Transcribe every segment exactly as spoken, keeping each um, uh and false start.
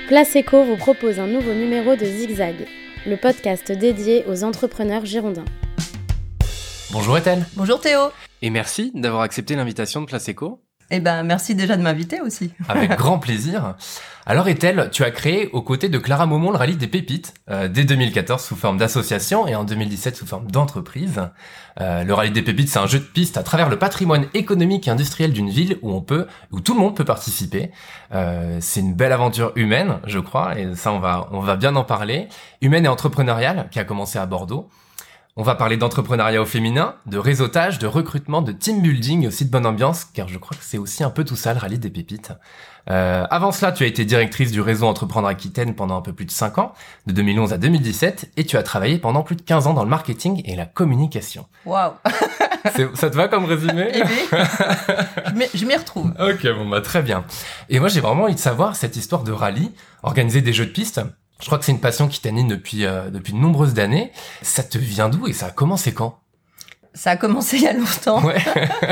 Place Éco vous propose un nouveau numéro de Zigzag, le podcast dédié aux entrepreneurs girondins. Bonjour Ethel. Bonjour Théo. Et merci d'avoir accepté l'invitation de Place Éco. Eh ben, merci déjà de m'inviter aussi. Avec grand plaisir. Alors Ethel, tu as créé aux côtés de Clara Maumont le Rallye des Pépites euh, dès deux mille quatorze sous forme d'association et en deux mille dix-sept sous forme d'entreprise. Euh, le Rallye des Pépites, c'est un jeu de piste à travers le patrimoine économique et industriel d'une ville où on peut, où tout le monde peut participer. Euh, c'est une belle aventure humaine, je crois, et ça on va, on va bien en parler. Humaine et entrepreneuriale, qui a commencé à Bordeaux. On va parler d'entrepreneuriat au féminin, de réseautage, de recrutement, de team building et aussi de bonne ambiance, car je crois que c'est aussi un peu tout ça, le Rallye des Pépites. Euh, avant cela, tu as été directrice du réseau Entreprendre Aquitaine pendant un peu plus de cinq ans, de deux mille onze à deux mille dix-sept, et tu as travaillé pendant plus de quinze ans dans le marketing et la communication. Waouh. Ça te va comme résumé? Eh bien, je m'y, je m'y retrouve. Ok, bon bah très bien. Et moi, j'ai vraiment envie de savoir cette histoire de rallye, organiser des jeux de piste. Je crois que c'est une passion qui t'anime depuis euh, depuis de nombreuses années. Ça te vient d'où et ça a commencé quand? Ça a commencé il y a longtemps. Ouais.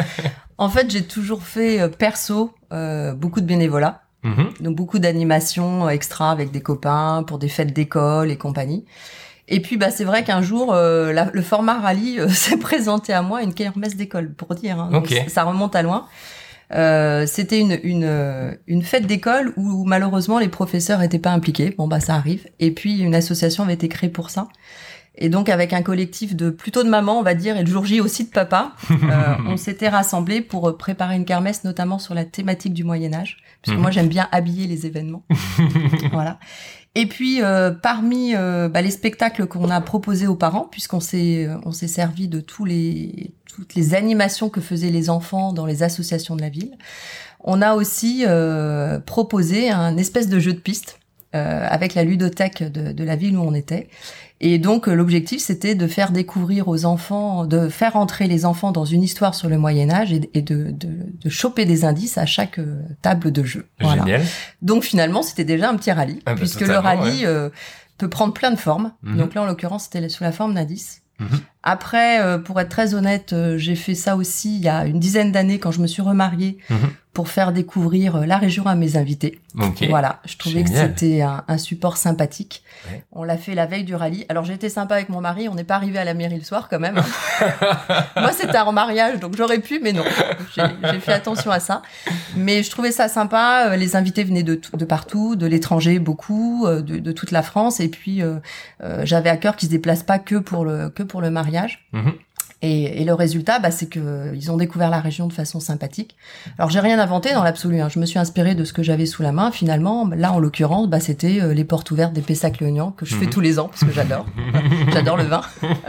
En fait, j'ai toujours fait euh, perso euh, beaucoup de bénévolat. Mm-hmm. Donc beaucoup d'animations extra avec des copains pour des fêtes d'école et compagnie. Et puis bah c'est vrai qu'un jour euh, la, le format rallye euh, s'est présenté à moi, une kermesse d'école pour dire. Hein. Ok. Donc, ça remonte à loin. Euh, c'était une une une fête d'école où malheureusement les professeurs étaient pas impliqués. Bon bah ça arrive. Et puis une association avait été créée pour ça. Et donc avec un collectif de plutôt de mamans, on va dire, et le jour J aussi de papa, euh, on s'était rassemblés pour préparer une kermesse, notamment sur la thématique du Moyen Âge, parce que moi j'aime bien habiller les événements. Voilà. Et puis euh, parmi euh, bah, les spectacles qu'on a proposés aux parents, puisqu'on s'est on s'est servi de tous les toutes les animations que faisaient les enfants dans les associations de la ville, on a aussi euh, proposé un espèce de jeu de piste euh, avec la ludothèque de, de la ville où on était. Et donc l'objectif c'était de faire découvrir aux enfants, de faire entrer les enfants dans une histoire sur le Moyen-Âge et, et de, de, de choper des indices à chaque euh, table de jeu. Voilà. Génial. Donc finalement c'était déjà un petit rallye, Ah bah, puisque le rallye ouais. euh, peut prendre plein de formes. Mm-hmm. Donc là en l'occurrence c'était sous la forme d'indices. Mm-hmm. Après, euh, pour être très honnête, euh, j'ai fait ça aussi il y a une dizaine d'années quand je me suis remariée Mm-hmm. pour faire découvrir euh, la région à mes invités. Ok. Voilà, je trouvais Génial. que c'était un, un support sympathique. Ouais. On l'a fait la veille du rallye. Alors j'ai été sympa avec mon mari, on n'est pas arrivé à la mairie le soir quand même. Hein. Moi c'était un remariage, donc j'aurais pu, mais non. J'ai, j'ai fait attention à ça. Mais je trouvais ça sympa. Les invités venaient de, tout, de partout, de l'étranger beaucoup, de, de toute la France. Et puis euh, euh, j'avais à cœur qu'ils se déplacent pas que pour le que pour le mariage. Mm-hmm. Et, et le résultat, bah, c'est que ils ont découvert la région de façon sympathique. Alors j'ai rien inventé dans l'absolu, hein. Je me suis inspirée de ce que j'avais sous la main. Finalement, là en l'occurrence, bah, c'était euh, les portes ouvertes des Pessac-Léognan que je fais Mhm. tous les ans parce que j'adore, j'adore le vin.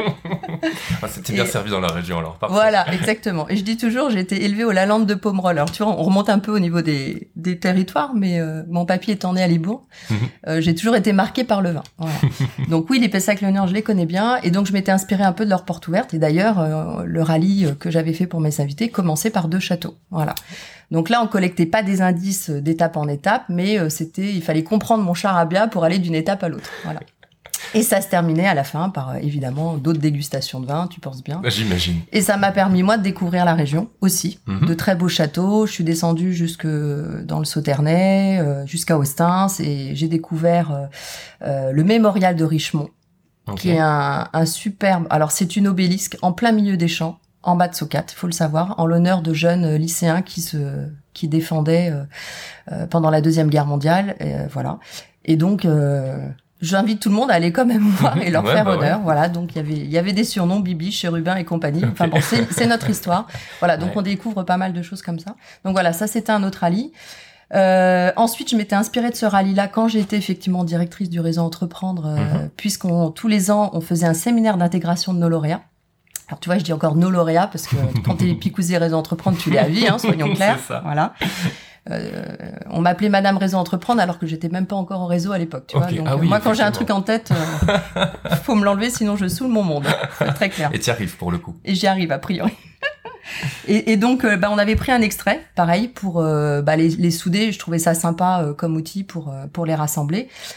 Ah, c'était bien Et- servi dans la région alors. Parfait. Voilà, exactement. Et je dis toujours, j'ai été élevée aux Lalandes de Pomerol. Alors tu vois, on remonte un peu au niveau des, des territoires, mais euh, mon papy étant né à Libourg, Mhm. euh, j'ai toujours été marquée par le vin. Voilà. Donc oui, les Pessac-Léognan, je les connais bien, et donc je m'étais inspirée un peu de leurs portes ouvertes. Et d'ailleurs, euh, le rallye que j'avais fait pour mes invités commençait par deux châteaux. Voilà. Donc là, on collectait pas des indices d'étape en étape, mais euh, c'était, il fallait comprendre mon charabia pour aller d'une étape à l'autre. Voilà. Et ça se terminait à la fin par, euh, évidemment, d'autres dégustations de vin, tu penses bien. J'imagine. Et ça m'a permis, moi, de découvrir la région aussi. Mhm. De très beaux châteaux. Je suis descendue jusque dans le Sauternay, euh, jusqu'à Ostens, et j'ai découvert euh, euh, le mémorial de Richemont, Ok. qui est un, un superbe... Alors, c'est une obélisque en plein milieu des champs, en bas de Socat, il faut le savoir, en l'honneur de jeunes lycéens qui se qui défendaient euh, euh, pendant la Deuxième Guerre mondiale. Et, euh, voilà. Et donc... Euh, J'invite tout le monde à aller quand même voir et leur Ouais, faire bah honneur. ouais. Voilà, donc il y avait il y avait des surnoms, Bibi, Chérubin et compagnie. Enfin Ok. bon, c'est c'est notre histoire. Voilà, donc Ouais. on découvre pas mal de choses comme ça. Donc voilà, ça c'était un autre rallye. Euh, ensuite, je m'étais inspirée de ce rallye-là quand j'étais effectivement directrice du réseau Entreprendre, euh, Mhm. puisqu'on tous les ans on faisait un séminaire d'intégration de nos lauréats. Alors tu vois, je dis encore nos lauréats parce que quand t'es picousé réseau Entreprendre, tu l'es à vie, hein, soyons clairs. C'est ça. Voilà. Euh, on m'appelait Madame Réseau Entreprendre alors que j'étais même pas encore au réseau à l'époque, tu Ok. vois. Donc Ah euh, oui, moi, quand j'ai un effectivement. truc en tête, euh, faut me l'enlever, sinon je saoule mon monde. Faut être très clair. Et t'y arrives pour le coup. Et j'y arrive a priori. et, et donc, euh, bah, on avait pris un extrait, pareil, pour euh, bah, les, les souder. Je trouvais ça sympa euh, comme outil pour euh, pour les rassembler.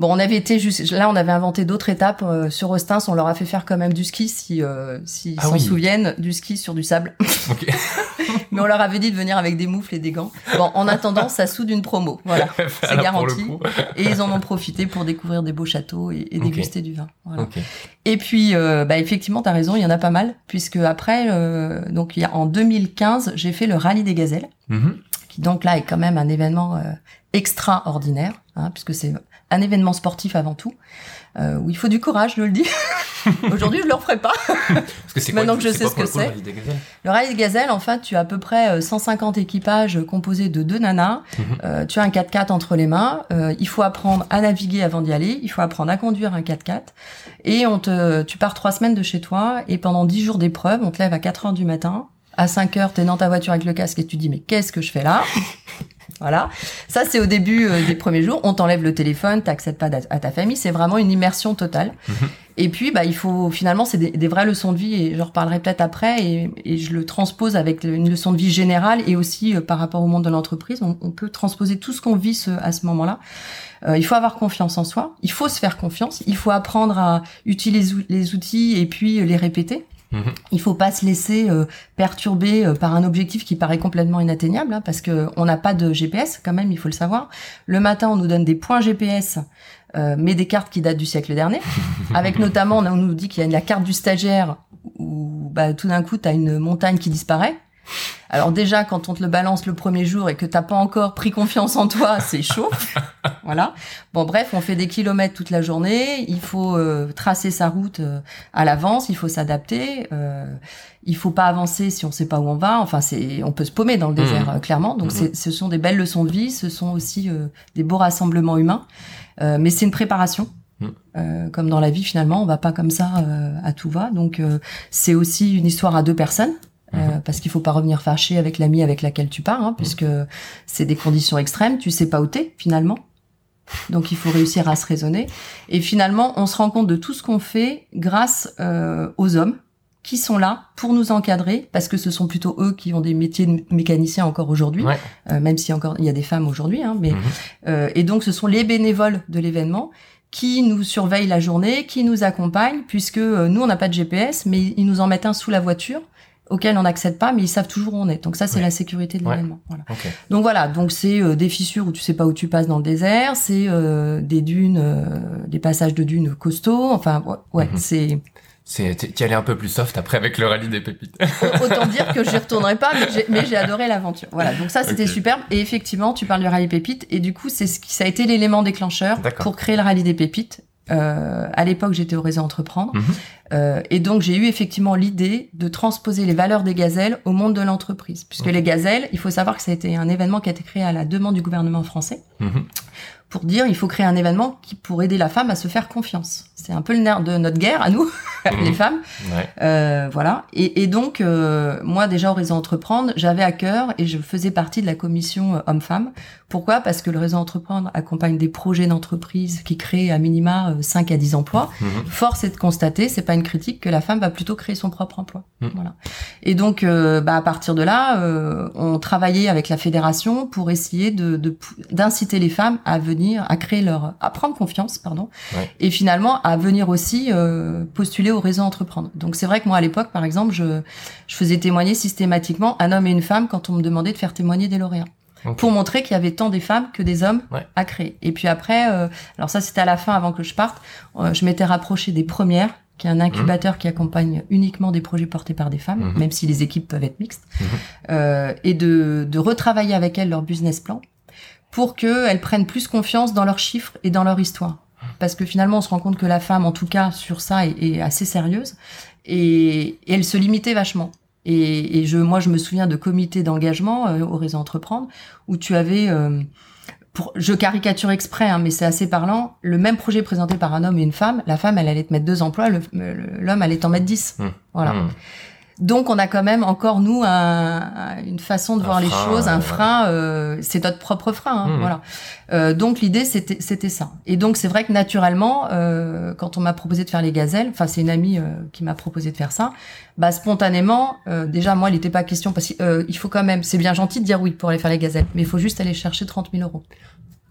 Bon, on avait été juste là, on avait inventé d'autres étapes euh, sur Ostens. On leur a fait faire quand même du ski, si euh, s'ils Ah s'en oui. souviennent, du ski sur du sable. Ok. Mais on leur avait dit de venir avec des moufles et des gants. Bon, en attendant, ça soude une promo. Voilà, c'est Alors, garanti. pour le coup. Et ils en ont profité pour découvrir des beaux châteaux et, et Ok. déguster du vin. Voilà. Ok. Et puis, euh, bah effectivement, t'as raison, il y en a pas mal, puisque après, euh, donc il y a en deux mille quinze, j'ai fait le rallye des gazelles, Mhm. qui donc là est quand même un événement euh, extraordinaire, hein, puisque c'est un événement sportif avant tout, euh, où il faut du courage, je le dis. Aujourd'hui, je le referai pas. Parce que c'est quoi, Maintenant que je c'est sais quoi ce pour que le coup, le c'est. rallye des gazelles Le rallye des gazelles, en fait, tu as à peu près euh, cent cinquante équipages composés de deux nanas. Mhm. Euh, tu as un quatre-quatre entre les mains. Euh, il faut apprendre à naviguer avant d'y aller. Il faut apprendre à conduire un quatre-quatre. Et on te, tu pars trois semaines de chez toi. Et pendant dix jours d'épreuve, on te lève à quatre heures du matin. À cinq heures, t'es dans ta voiture avec le casque et tu dis, mais qu'est-ce que je fais là? Voilà. Ça, c'est au début euh, des premiers jours. On t'enlève le téléphone, t'accèdes pas à ta famille. C'est vraiment une immersion totale. Mhm. Et puis, bah, il faut, finalement, c'est des, des vraies leçons de vie et j'en reparlerai peut-être après et, et je le transpose avec une leçon de vie générale et aussi euh, par rapport au monde de l'entreprise. On, on peut transposer tout ce qu'on vit ce, à ce moment-là. Euh, il faut avoir confiance en soi. Il faut se faire confiance. Il faut apprendre à utiliser les outils et puis les répéter. Mhm. Il faut pas se laisser euh, perturber euh, par un objectif qui paraît complètement inatteignable, hein, parce que on n'a pas de G P S quand même, il faut le savoir. Le matin, on nous donne des points G P S, euh, mais des cartes qui datent du siècle dernier, avec notamment, on nous dit qu'il y a la carte du stagiaire où bah, tout d'un coup, tu as une montagne qui disparaît. Alors déjà, quand on te le balance le premier jour et que t'as pas encore pris confiance en toi, c'est chaud. Voilà. Bon, bref, on fait des kilomètres toute la journée. Il faut euh, tracer sa route euh, à l'avance. Il faut s'adapter. Euh, il faut pas avancer si on sait pas où on va. Enfin, c'est, on peut se paumer dans le désert, Mmh. euh, clairement. Donc, Mmh. c'est, ce sont des belles leçons de vie. Ce sont aussi euh, des beaux rassemblements humains. Euh, mais c'est une préparation. Mmh. Euh, comme dans la vie, finalement, on va pas comme ça euh, à tout va. Donc, euh, c'est aussi une histoire à deux personnes. Euh, parce qu'il faut pas revenir fâché avec l'ami avec laquelle tu pars, hein, puisque c'est des conditions extrêmes, tu sais pas où t'es, finalement. Donc il faut réussir à se raisonner. Et finalement, on se rend compte de tout ce qu'on fait grâce euh, aux hommes qui sont là pour nous encadrer, parce que ce sont plutôt eux qui ont des métiers de mécaniciens encore aujourd'hui, Ouais. euh, même si encore il y a des femmes aujourd'hui, hein, mais Mhm. euh, et donc ce sont les bénévoles de l'événement qui nous surveillent la journée, qui nous accompagnent, puisque euh, nous on n'a pas de G P S, mais ils nous en mettent un sous la voiture auquel on n'accède pas, mais ils savent toujours où on est. Donc ça, c'est Ouais. la sécurité de Ouais. l'événement. Voilà. Ok. Donc voilà, donc c'est euh, des fissures où tu sais pas où tu passes dans le désert, c'est euh, des dunes, euh, des passages de dunes costauds. Enfin, ouais, ouais, Mhm. c'est C'est, t'y t'y allais un peu plus soft après avec le rallye des pépites. autant dire que j'y retournerai pas, mais j'ai, mais j'ai adoré l'aventure. Voilà, donc ça c'était Ok. superbe. Et effectivement, tu parles du rallye Pépites, et du coup, c'est ce qui, ça a été l'élément déclencheur D'accord. pour créer le rallye des Pépites. Euh, à l'époque, j'étais au réseau Entreprendre. Mhm. Euh, et donc, j'ai eu effectivement l'idée de transposer les valeurs des gazelles au monde de l'entreprise. Puisque Ok. les gazelles, il faut savoir que ça a été un événement qui a été créé à la demande du gouvernement français Mhm. pour dire il faut créer un événement qui pour aider la femme à se faire confiance. C'est un peu le nerf de notre guerre à nous, Mhm. les femmes. Ouais. Euh, voilà. Et, et donc, euh, moi, déjà au réseau Entreprendre, j'avais à cœur et je faisais partie de la commission euh, hommes-femmes. Pourquoi ? Parce que le réseau Entreprendre accompagne des projets d'entreprise qui créent à minima euh, cinq à dix emplois. Mhm. Force est de constater, c'est pas une critique, que la femme va plutôt créer son propre emploi. Mm. Voilà. Et donc, euh, bah, à partir de là, euh, on travaillait avec la fédération pour essayer de, de d'inciter les femmes à venir, à créer leur, à prendre confiance, pardon, Ouais. et finalement à venir aussi euh, postuler au réseau Entreprendre. Donc c'est vrai que moi à l'époque, par exemple, je je faisais témoigner systématiquement un homme et une femme quand on me demandait de faire témoigner des lauréats. Ok. Pour montrer qu'il y avait tant des femmes que des hommes Ouais. à créer. Et puis après, euh, alors ça c'était à la fin avant que je parte, euh, je m'étais rapprochée des Premières, qui est un incubateur qui accompagne uniquement des projets portés par des femmes, Mhm. même si les équipes peuvent être mixtes, Mhm. euh, et de, de retravailler avec elles leur business plan pour qu'elles prennent plus confiance dans leurs chiffres et dans leur histoire. Parce que finalement, on se rend compte que la femme, en tout cas sur ça, est, est assez sérieuse et, et elle se limitait vachement. Et, et je, moi, je me souviens de comités d'engagement euh, au réseau Entreprendre où tu avais, euh, pour, je caricature exprès, hein, mais c'est assez parlant, le même projet présenté par un homme et une femme. La femme, elle allait te mettre deux emplois, le, le- l'homme allait t'en mettre dix. Mmh. Voilà. Mmh. Donc, on a quand même encore, nous, un, un- une façon de Un voir les frein, choses, un ouais. frein, euh, c'est notre propre frein, hein, Mhm. voilà. Euh, donc, l'idée, c'était, c'était ça. Et donc, c'est vrai que naturellement, euh, quand on m'a proposé de faire les gazelles, enfin, c'est une amie euh, qui m'a proposé de faire ça, bah, spontanément, euh, déjà, moi, il n'était pas question, parce qu'il euh, il faut quand même, c'est bien gentil de dire oui pour aller faire les gazelles, mais il faut juste aller chercher trente mille euros.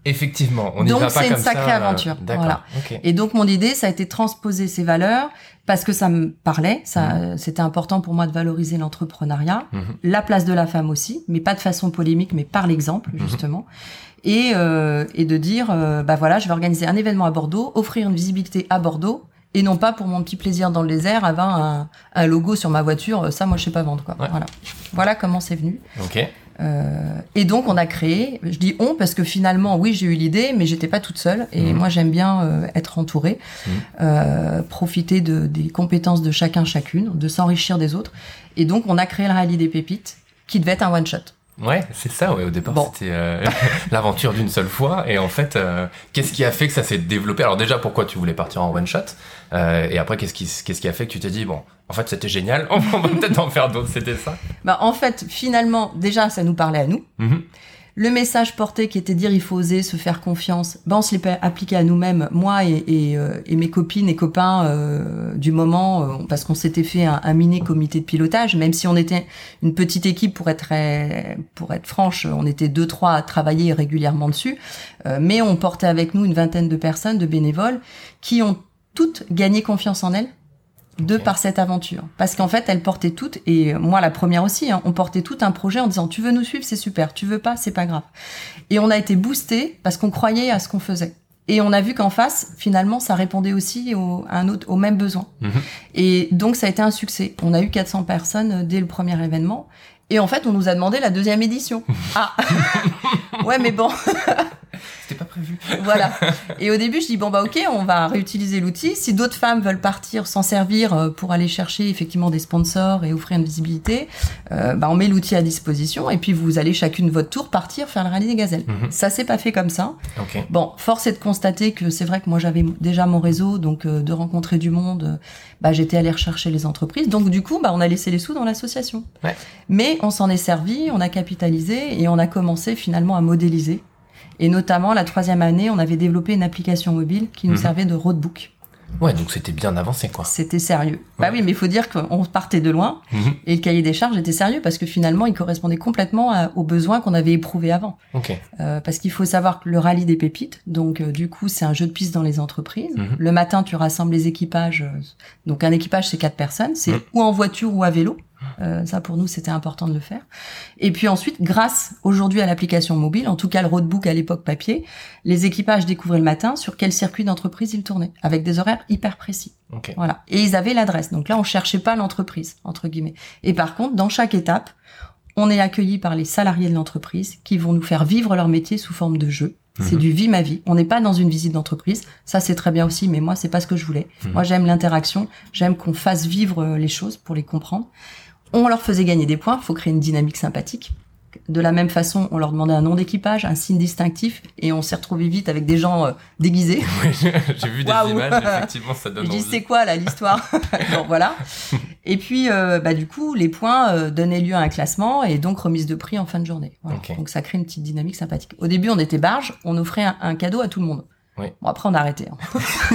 Effectivement, on n'y va donc pas c'est comme une sacrée ça, aventure. Euh, d'accord. Voilà. Okay. Et donc mon idée, ça a été de transposer ces valeurs parce que ça me parlait. Ça, mmh. C'était important pour moi de valoriser l'entrepreneuriat, mmh. la place de la femme aussi, mais pas de façon polémique, mais par l'exemple justement. Mmh. Et, euh, et de dire, euh, bah voilà, je vais organiser un événement à Bordeaux, offrir une visibilité à Bordeaux. Et non pas pour mon petit plaisir dans le désert, avoir un, un logo sur ma voiture, ça moi je sais pas vendre quoi. Ouais. Voilà, voilà comment c'est venu. Ok. Euh, et donc on a créé, je dis on parce que finalement oui j'ai eu l'idée, mais j'étais pas toute seule. Et mmh. moi j'aime bien euh, être entourée, mmh. euh, profiter de, des compétences de chacun chacune, de s'enrichir des autres. Et donc on a créé le Rallye des Pépites, qui devait être un one shot. Ouais, c'est ça. Ouais, au départ, bon. c'était euh, l'aventure d'une seule fois. Et en fait, euh, qu'est-ce qui a fait que ça s'est développé ? Alors déjà, pourquoi tu voulais partir en one shot ? euh, Et après, qu'est-ce qui, qu'est-ce qui a fait que tu t'es dit bon, en fait, c'était génial. On va peut-être en faire d'autres. C'était ça. Bah, en fait, finalement, déjà, ça nous parlait à nous. Mm-hmm. Le message porté qui était de dire il faut oser, se faire confiance, ben on se l'est appliqué à nous-mêmes, moi et, et, euh, et mes copines et copains euh, du moment, euh, parce qu'on s'était fait un, un mini comité de pilotage, même si on était une petite équipe pour être pour être franche, on était deux trois à travailler régulièrement dessus, euh, mais on portait avec nous une vingtaine de personnes, de bénévoles, qui ont toutes gagné confiance en elles. De okay. par cette aventure. Parce qu'en fait, elles portaient toutes, et moi la première aussi, hein, on portait tout un projet en disant tu veux nous suivre, c'est super, tu veux pas, c'est pas grave. Et on a été boostés parce qu'on croyait à ce qu'on faisait. Et on a vu qu'en face, finalement, ça répondait aussi au, à un autre, aux mêmes besoins. Mm-hmm. Et donc ça a été un succès. On a eu quatre cents personnes dès le premier événement. Et en fait, on nous a demandé la deuxième édition. Ah ouais, mais bon... C'était pas prévu. Voilà. Et au début, je dis, bon, bah, ok, on va réutiliser l'outil. Si d'autres femmes veulent partir, s'en servir pour aller chercher effectivement des sponsors et offrir une visibilité, euh, bah, on met l'outil à disposition et puis vous allez chacune votre tour partir faire le rallye des gazelles. Mm-hmm. Ça s'est pas fait comme ça. Okay. Bon, force est de constater que c'est vrai que moi, j'avais déjà mon réseau, donc euh, de rencontrer du monde, euh, bah, j'étais allée rechercher les entreprises. Donc, du coup, bah, on a laissé les sous dans l'association. Ouais. Mais on s'en est servi, on a capitalisé et on a commencé finalement à modéliser. Et notamment, la troisième année, on avait développé une application mobile qui nous mmh. servait de roadbook. Ouais, donc c'était bien avancé, quoi. C'était sérieux. Ouais. Bah oui, mais il faut dire qu'on partait de loin, mmh. et le cahier des charges était sérieux parce que finalement, il correspondait complètement à, aux besoins qu'on avait éprouvés avant. Okay. Euh, parce qu'il faut savoir que le Rallye des Pépites, donc euh, du coup, c'est un jeu de piste dans les entreprises. Mmh. Le matin, tu rassembles les équipages. Euh, donc un équipage, c'est quatre personnes. C'est mmh. ou en voiture ou à vélo. Euh, ça pour nous c'était important de le faire. Et puis ensuite, grâce aujourd'hui à l'application mobile, en tout cas le roadbook à l'époque papier, les équipages découvraient le matin sur quel circuit d'entreprise ils tournaient, avec des horaires hyper précis. Okay. Voilà. Et ils avaient l'adresse. Donc là, on cherchait pas l'entreprise entre guillemets. Et par contre, dans chaque étape, on est accueilli par les salariés de l'entreprise qui vont nous faire vivre leur métier sous forme de jeu. C'est mmh. du vie ma vie. On n'est pas dans une visite d'entreprise. Ça, c'est très bien aussi, mais moi, c'est pas ce que je voulais. Mmh. Moi, j'aime l'interaction. J'aime qu'on fasse vivre les choses pour les comprendre. On leur faisait gagner des points, il faut créer une dynamique sympathique. De la même façon, on leur demandait un nom d'équipage, un signe distinctif, et on s'est retrouvés vite avec des gens euh, déguisés. Oui, j'ai vu des wow. images, effectivement, ça donne Je envie. dis, c'est quoi, là, l'histoire? Bon, voilà. Et puis, euh, bah, du coup, les points euh, donnaient lieu à un classement, et donc remise de prix en fin de journée. Voilà. Okay. Donc, ça crée une petite dynamique sympathique. Au début, on était barge, on offrait un, un cadeau à tout le monde. Oui. Bon, après, on a arrêté. Hein.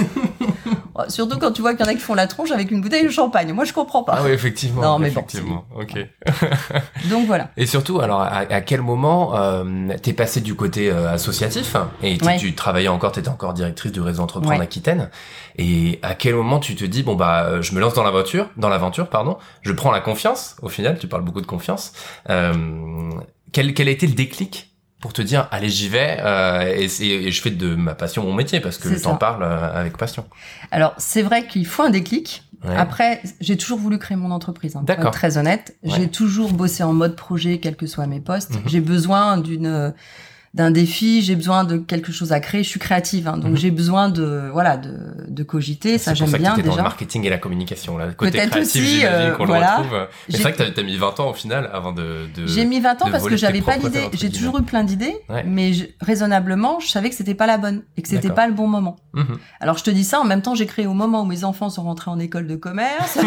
Surtout quand tu vois qu'il y en a qui font la tronche avec une bouteille de champagne. Moi, je comprends pas. Ah oui, effectivement. Non, mais effectivement. Bon, ok. Donc voilà. Et surtout, alors, à, à quel moment euh, t'es passé du côté euh, associatif et ouais. tu travaillais encore, t'étais encore directrice du réseau Entreprendre ouais. Aquitaine. Et à quel moment tu te dis bon bah je me lance dans l'aventure, dans l'aventure pardon, je prends la confiance. Au final, tu parles beaucoup de confiance. Euh, quel quel a été le déclic pour te dire allez j'y vais euh, et, et je fais de ma passion mon métier parce que je t'en parle euh, avec passion. Alors c'est vrai qu'il faut un déclic. Ouais. Après j'ai toujours voulu créer mon entreprise. Hein, D'accord. Pour être très honnête, ouais. j'ai toujours bossé en mode projet quels que soient mes postes. Mm-hmm. J'ai besoin d'une d'un défi, j'ai besoin de quelque chose à créer. Je suis créative, hein, donc mmh. j'ai besoin de voilà de, de cogiter. Ça j'aime ça bien que déjà. Dans le marketing et la communication, là, côté peut-être créatif, aussi, j'imagine euh, qu'on voilà. le retrouve. Mais c'est vrai que t'as, t'as mis vingt ans au final avant de. de j'ai mis vingt ans parce que j'avais pas l'idée. J'ai toujours eu plein d'idées, ouais. mais je, raisonnablement, je savais que c'était pas la bonne et que c'était D'accord. pas le bon moment. Mmh. Alors je te dis ça en même temps, j'ai créé au moment où mes enfants sont rentrés en école de commerce.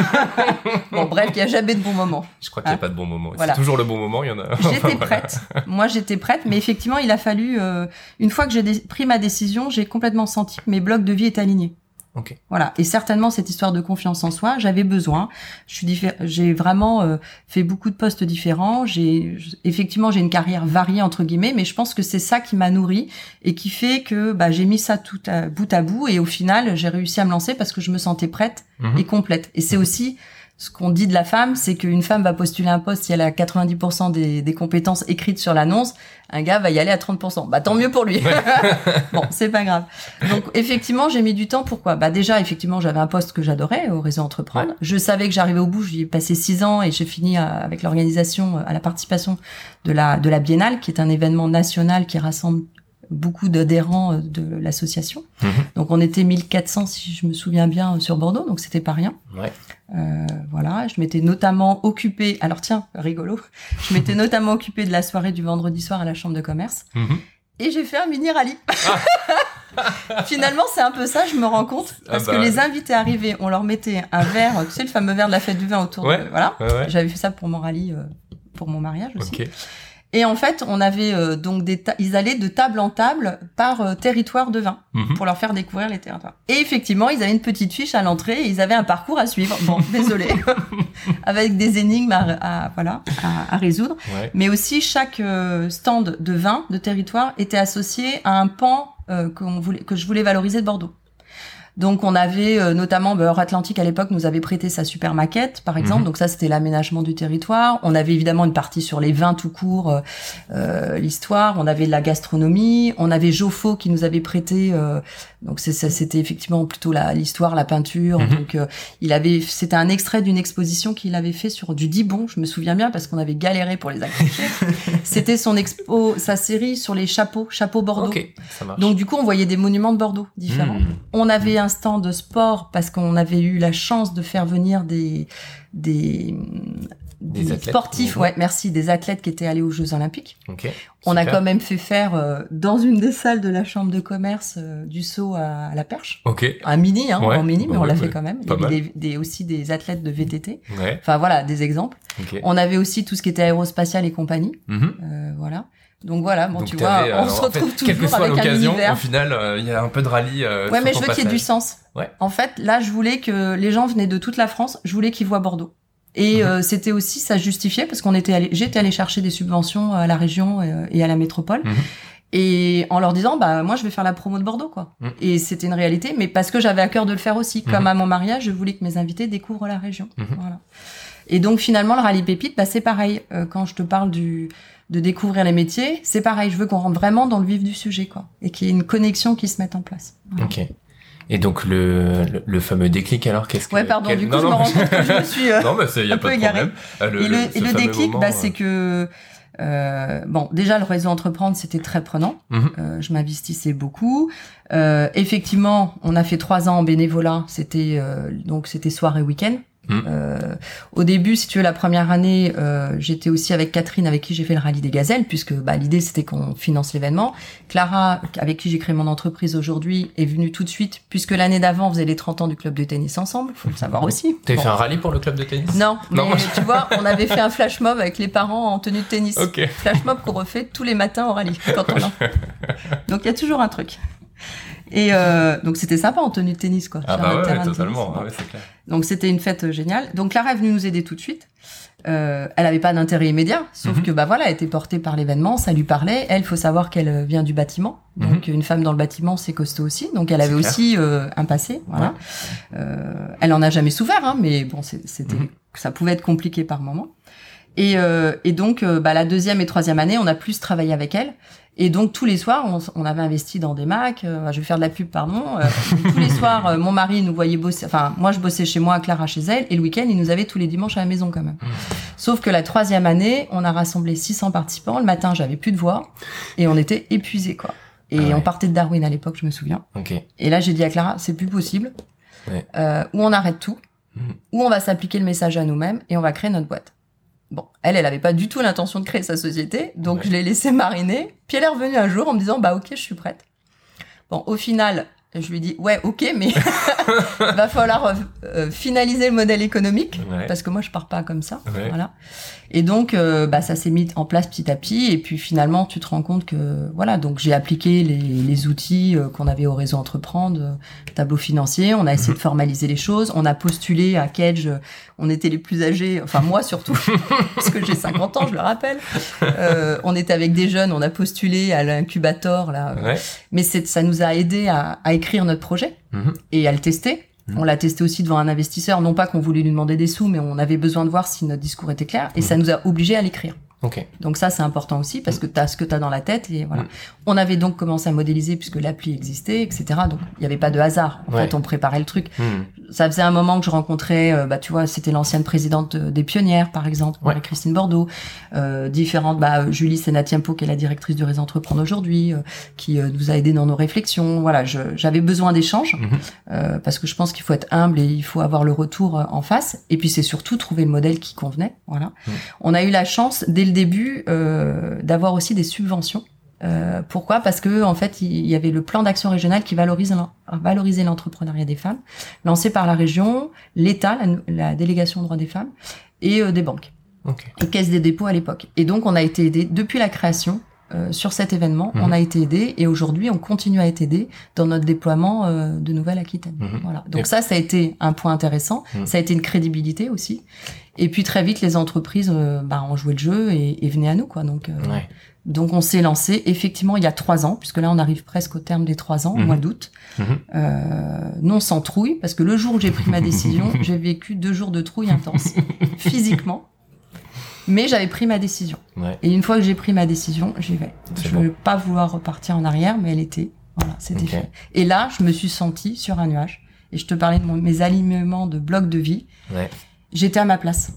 Bon bref, il y a jamais de bon moment. Je crois qu'il y a hein? pas de bon moment. Voilà. C'est toujours le bon moment, il y en a. J'étais prête. Moi j'étais prête, mais effectivement il a fallu. Euh, Une fois que j'ai dé- pris ma décision, j'ai complètement senti que mes blocs de vie étaient alignés. Ok. Voilà. Et certainement cette histoire de confiance en soi, j'avais besoin. Je suis diffé- j'ai vraiment euh, fait beaucoup de postes différents. J'ai effectivement j'ai une carrière variée entre guillemets, mais je pense que c'est ça qui m'a nourrie et qui fait que bah j'ai mis ça tout à bout à bout et au final j'ai réussi à me lancer parce que je me sentais prête mmh. et complète. Et c'est mmh. aussi ce qu'on dit de la femme, c'est qu'une femme va postuler un poste si elle a quatre-vingt-dix pour cent des, des compétences écrites sur l'annonce, un gars va y aller à trente pour cent. Bah tant mieux pour lui. Ouais. Bon, c'est pas grave. Donc effectivement, j'ai mis du temps. Pourquoi ? Bah déjà, effectivement, j'avais un poste que j'adorais au réseau Entreprendre. Ouais. Je savais que j'arrivais au bout. J'y ai passé six ans et j'ai fini à, avec l'organisation, à la participation de la de la Biennale, qui est un événement national qui rassemble beaucoup d'adhérents de l'association. Mmh. Donc on était mille quatre cents si je me souviens bien sur Bordeaux, donc c'était pas rien. Ouais. Euh, voilà, je m'étais notamment occupée, alors tiens, rigolo, je m'étais notamment occupée de la soirée du vendredi soir à la chambre de commerce. Mmh. Et j'ai fait un mini rallye. Ah. Finalement, c'est un peu ça, je me rends compte, parce ah bah, que les invités arrivaient, on leur mettait un verre, tu sais le fameux verre de la fête du vin autour ouais. de voilà. Ouais, ouais. J'avais fait ça pour mon rallye euh, pour mon mariage aussi. Okay. Et en fait, on avait euh, donc des ta- ils allaient de table en table par euh, territoire de vin mmh. pour leur faire découvrir les territoires. Et effectivement, ils avaient une petite fiche à l'entrée et ils avaient un parcours à suivre. Bon, désolé, avec des énigmes à, à voilà à, à résoudre. Ouais. Mais aussi chaque euh, stand de vin de territoire était associé à un pan euh, qu'on voulait que je voulais valoriser de Bordeaux. Donc on avait euh, notamment Beurre Atlantique à l'époque nous avait prêté sa super maquette par exemple, mmh. donc ça c'était l'aménagement du territoire. On avait évidemment une partie sur les vins tout court, euh, l'histoire. On avait de la gastronomie. On avait Joffo qui nous avait prêté, euh, donc c'est, ça, c'était effectivement plutôt la, l'histoire, la peinture. Mmh. Donc euh, il avait, c'était un extrait d'une exposition qu'il avait fait sur du Dibon. Je me souviens bien parce qu'on avait galéré pour les accrocher. C'était son expo, sa série sur les chapeaux, chapeaux Bordeaux. Okay, ça marche. Donc du coup on voyait des monuments de Bordeaux différents. Mmh. On avait un stand de sport parce qu'on avait eu la chance de faire venir des des, des, des sportifs, ouais, merci, des athlètes qui étaient allés aux Jeux Olympiques. Okay, on a quand même fait faire euh, dans une des salles de la chambre de commerce euh, du saut à, à la perche. Okay. Un mini, hein, ouais, en mini, mais ouais, on l'a ouais, fait quand même. Il y avait des, des, aussi des athlètes de V T T. Ouais. Enfin voilà, des exemples. Okay. On avait aussi tout ce qui était aérospatial et compagnie. Mm-hmm. Euh, voilà. Donc voilà, bon, Donc tu vois, on se retrouve en fait, quelle que toujours soit avec un univers. Au final, il euh, y a un peu de rallye. Euh, ouais, mais je veux qu'il y ait du sens. Ouais. En fait, là, je voulais que les gens venaient de toute la France. Je voulais qu'ils voient Bordeaux. Et mmh. euh, c'était aussi, ça justifiait parce qu'on était allé, j'étais allé chercher des subventions à la région et, et à la métropole. Mmh. Et en leur disant, bah moi, je vais faire la promo de Bordeaux, quoi. Mmh. Et c'était une réalité, mais parce que j'avais à cœur de le faire aussi. Mmh. Comme à mon mariage, je voulais que mes invités découvrent la région. Mmh. Voilà. Et donc finalement, le rallye Pépite, bah c'est pareil. Euh, quand je te parle du de découvrir les métiers, c'est pareil. Je veux qu'on rentre vraiment dans le vif du sujet, quoi, et qu'il y ait une connexion qui se mette en place. Voilà. Ok. Et donc le, le le fameux déclic, alors qu'est-ce que ouais pardon quel... du coup non, je non, me rends compte que je me suis euh, non mais il y a un pas peu de égarée. problème. Le, et le, le, et le déclic, moment, bah euh... c'est que euh, bon déjà le réseau Entreprendre c'était très prenant. Mm-hmm. Euh, je m'investissais beaucoup. Euh, effectivement, on a fait trois ans en bénévolat. C'était euh, donc c'était soir et week-end. Mmh. Euh, au début, si tu veux, la première année, euh, j'étais aussi avec Catherine, avec qui j'ai fait le rallye des gazelles, puisque bah, l'idée c'était qu'on finance l'événement. Clara, avec qui j'ai créé mon entreprise aujourd'hui, est venue tout de suite, puisque l'année d'avant, on faisait les trente ans du club de tennis ensemble, faut le savoir aussi. T'avais bon. fait un rallye pour le club de tennis ? Non, non, mais tu vois, on avait fait un flash mob avec les parents en tenue de tennis. Okay. Flash mob qu'on refait tous les matins au rallye, quand on a. Donc il y a toujours un truc. Et euh, donc c'était sympa en tenue de tennis, quoi. Ah bah ouais, ouais totalement, ah ouais, c'est clair. Donc c'était une fête géniale. Donc Clara est venue nous aider tout de suite. Euh, elle avait pas d'intérêt immédiat, sauf mm-hmm. que bah voilà, elle était portée par l'événement, ça lui parlait. Elle, faut savoir qu'elle vient du bâtiment, donc mm-hmm. une femme dans le bâtiment, c'est costaud aussi. Donc elle avait aussi euh, un passé, voilà. Ouais. Euh, elle en a jamais souffert, hein, mais bon, c'est, c'était, mm-hmm. ça pouvait être compliqué par moment. Et, euh, et donc, euh, bah, la deuxième et troisième année, on a plus travaillé avec elle. Et donc, tous les soirs, on, on avait investi dans des Macs. Euh, je vais faire de la pub, pardon. Euh, tous les soirs, euh, mon mari nous voyait bosser. Enfin, moi, je bossais chez moi, Clara chez elle. Et le week-end, il nous avait tous les dimanches à la maison quand même. Mmh. Sauf que la troisième année, on a rassemblé six cents participants. Le matin, j'avais plus de voix. Et on était épuisés, quoi. Et ah ouais. on partait de Darwin à l'époque, je me souviens. Okay. Et là, j'ai dit à Clara, c'est plus possible. Ouais. Euh, ou on arrête tout, mmh. ou on va s'appliquer le message à nous-mêmes et on va créer notre boîte. Bon, elle, elle avait pas du tout l'intention de créer sa société, donc ouais. je l'ai laissée mariner. Puis elle est revenue un jour en me disant, bah ok, je suis prête. Bon, au final, Et je lui dis ouais, ok, mais va falloir euh, finaliser le modèle économique ouais. parce que moi je pars pas comme ça, ouais. voilà. Et donc euh, bah ça s'est mis en place petit à petit et puis finalement tu te rends compte que voilà donc j'ai appliqué les, les outils euh, qu'on avait au réseau Entreprendre, euh, tableau financier, on a essayé mmh. de formaliser les choses, on a postulé à Kedge, euh, on était les plus âgés, enfin moi surtout parce que j'ai cinquante ans, je le rappelle. Euh, on était avec des jeunes, on a postulé à l'incubateur là, ouais. mais c'est ça nous a aidé à, à écrire notre projet mmh. et à le tester. Mmh. On l'a testé aussi devant un investisseur, non pas qu'on voulait lui demander des sous, mais on avait besoin de voir si notre discours était clair, et mmh. ça nous a obligés à l'écrire. Okay. Donc ça, c'est important aussi, parce que t'as ce que t'as dans la tête, et voilà. Mmh. On avait donc commencé à modéliser, puisque l'appli existait, et cetera. Donc, il n'y avait pas de hasard. En ouais. fait, on préparait le truc. Mmh. Ça faisait un moment que je rencontrais, euh, bah, tu vois, c'était l'ancienne présidente des Pionnières, par exemple, ouais. Christine Bordeaux, euh, différentes, bah, Julie Senatiempo, qui est la directrice du réseau Entreprendre aujourd'hui, euh, qui euh, nous a aidés dans nos réflexions. Voilà, je, j'avais besoin d'échanges, mmh. euh, parce que je pense qu'il faut être humble et il faut avoir le retour euh, en face. Et puis, c'est surtout trouver le modèle qui convenait. Voilà. Mmh. On a eu la chance, dès le début, euh, d'avoir aussi des subventions. Euh, pourquoi ? Parce que en fait, il y avait le plan d'action régional qui valorise valorisait l'entrepreneuriat des femmes, lancé par la région, l'État, la, la délégation aux droits des femmes et euh, des banques, okay. et Caisse des dépôts à l'époque. Et donc, on a été aidé depuis la création euh, sur cet événement. Mmh. On a été aidé et aujourd'hui, on continue à être aidé dans notre déploiement euh, de Nouvelle-Aquitaine. Mmh. Voilà. Donc et... ça, ça a été un point intéressant. Mmh. Ça a été une crédibilité aussi. Et puis très vite, les entreprises euh, bah, ont joué le jeu et, et venaient à nous, quoi. Donc, euh, ouais. donc on s'est lancé effectivement il y a trois ans, puisque là on arrive presque au terme des trois ans, mmh. au mois d'août. Mmh. Euh, non sans trouille, parce que le jour où j'ai pris ma décision, j'ai vécu deux jours de trouille intense, physiquement. Mais j'avais pris ma décision. Ouais. Et une fois que j'ai pris ma décision, j'y vais. C'est je ne bon. veux pas vouloir repartir en arrière, mais elle était, voilà, c'était okay. fait. Et là, je me suis sentie sur un nuage. Et je te parlais de mon, mes alignements de blocs de vie. Ouais. J'étais à ma place.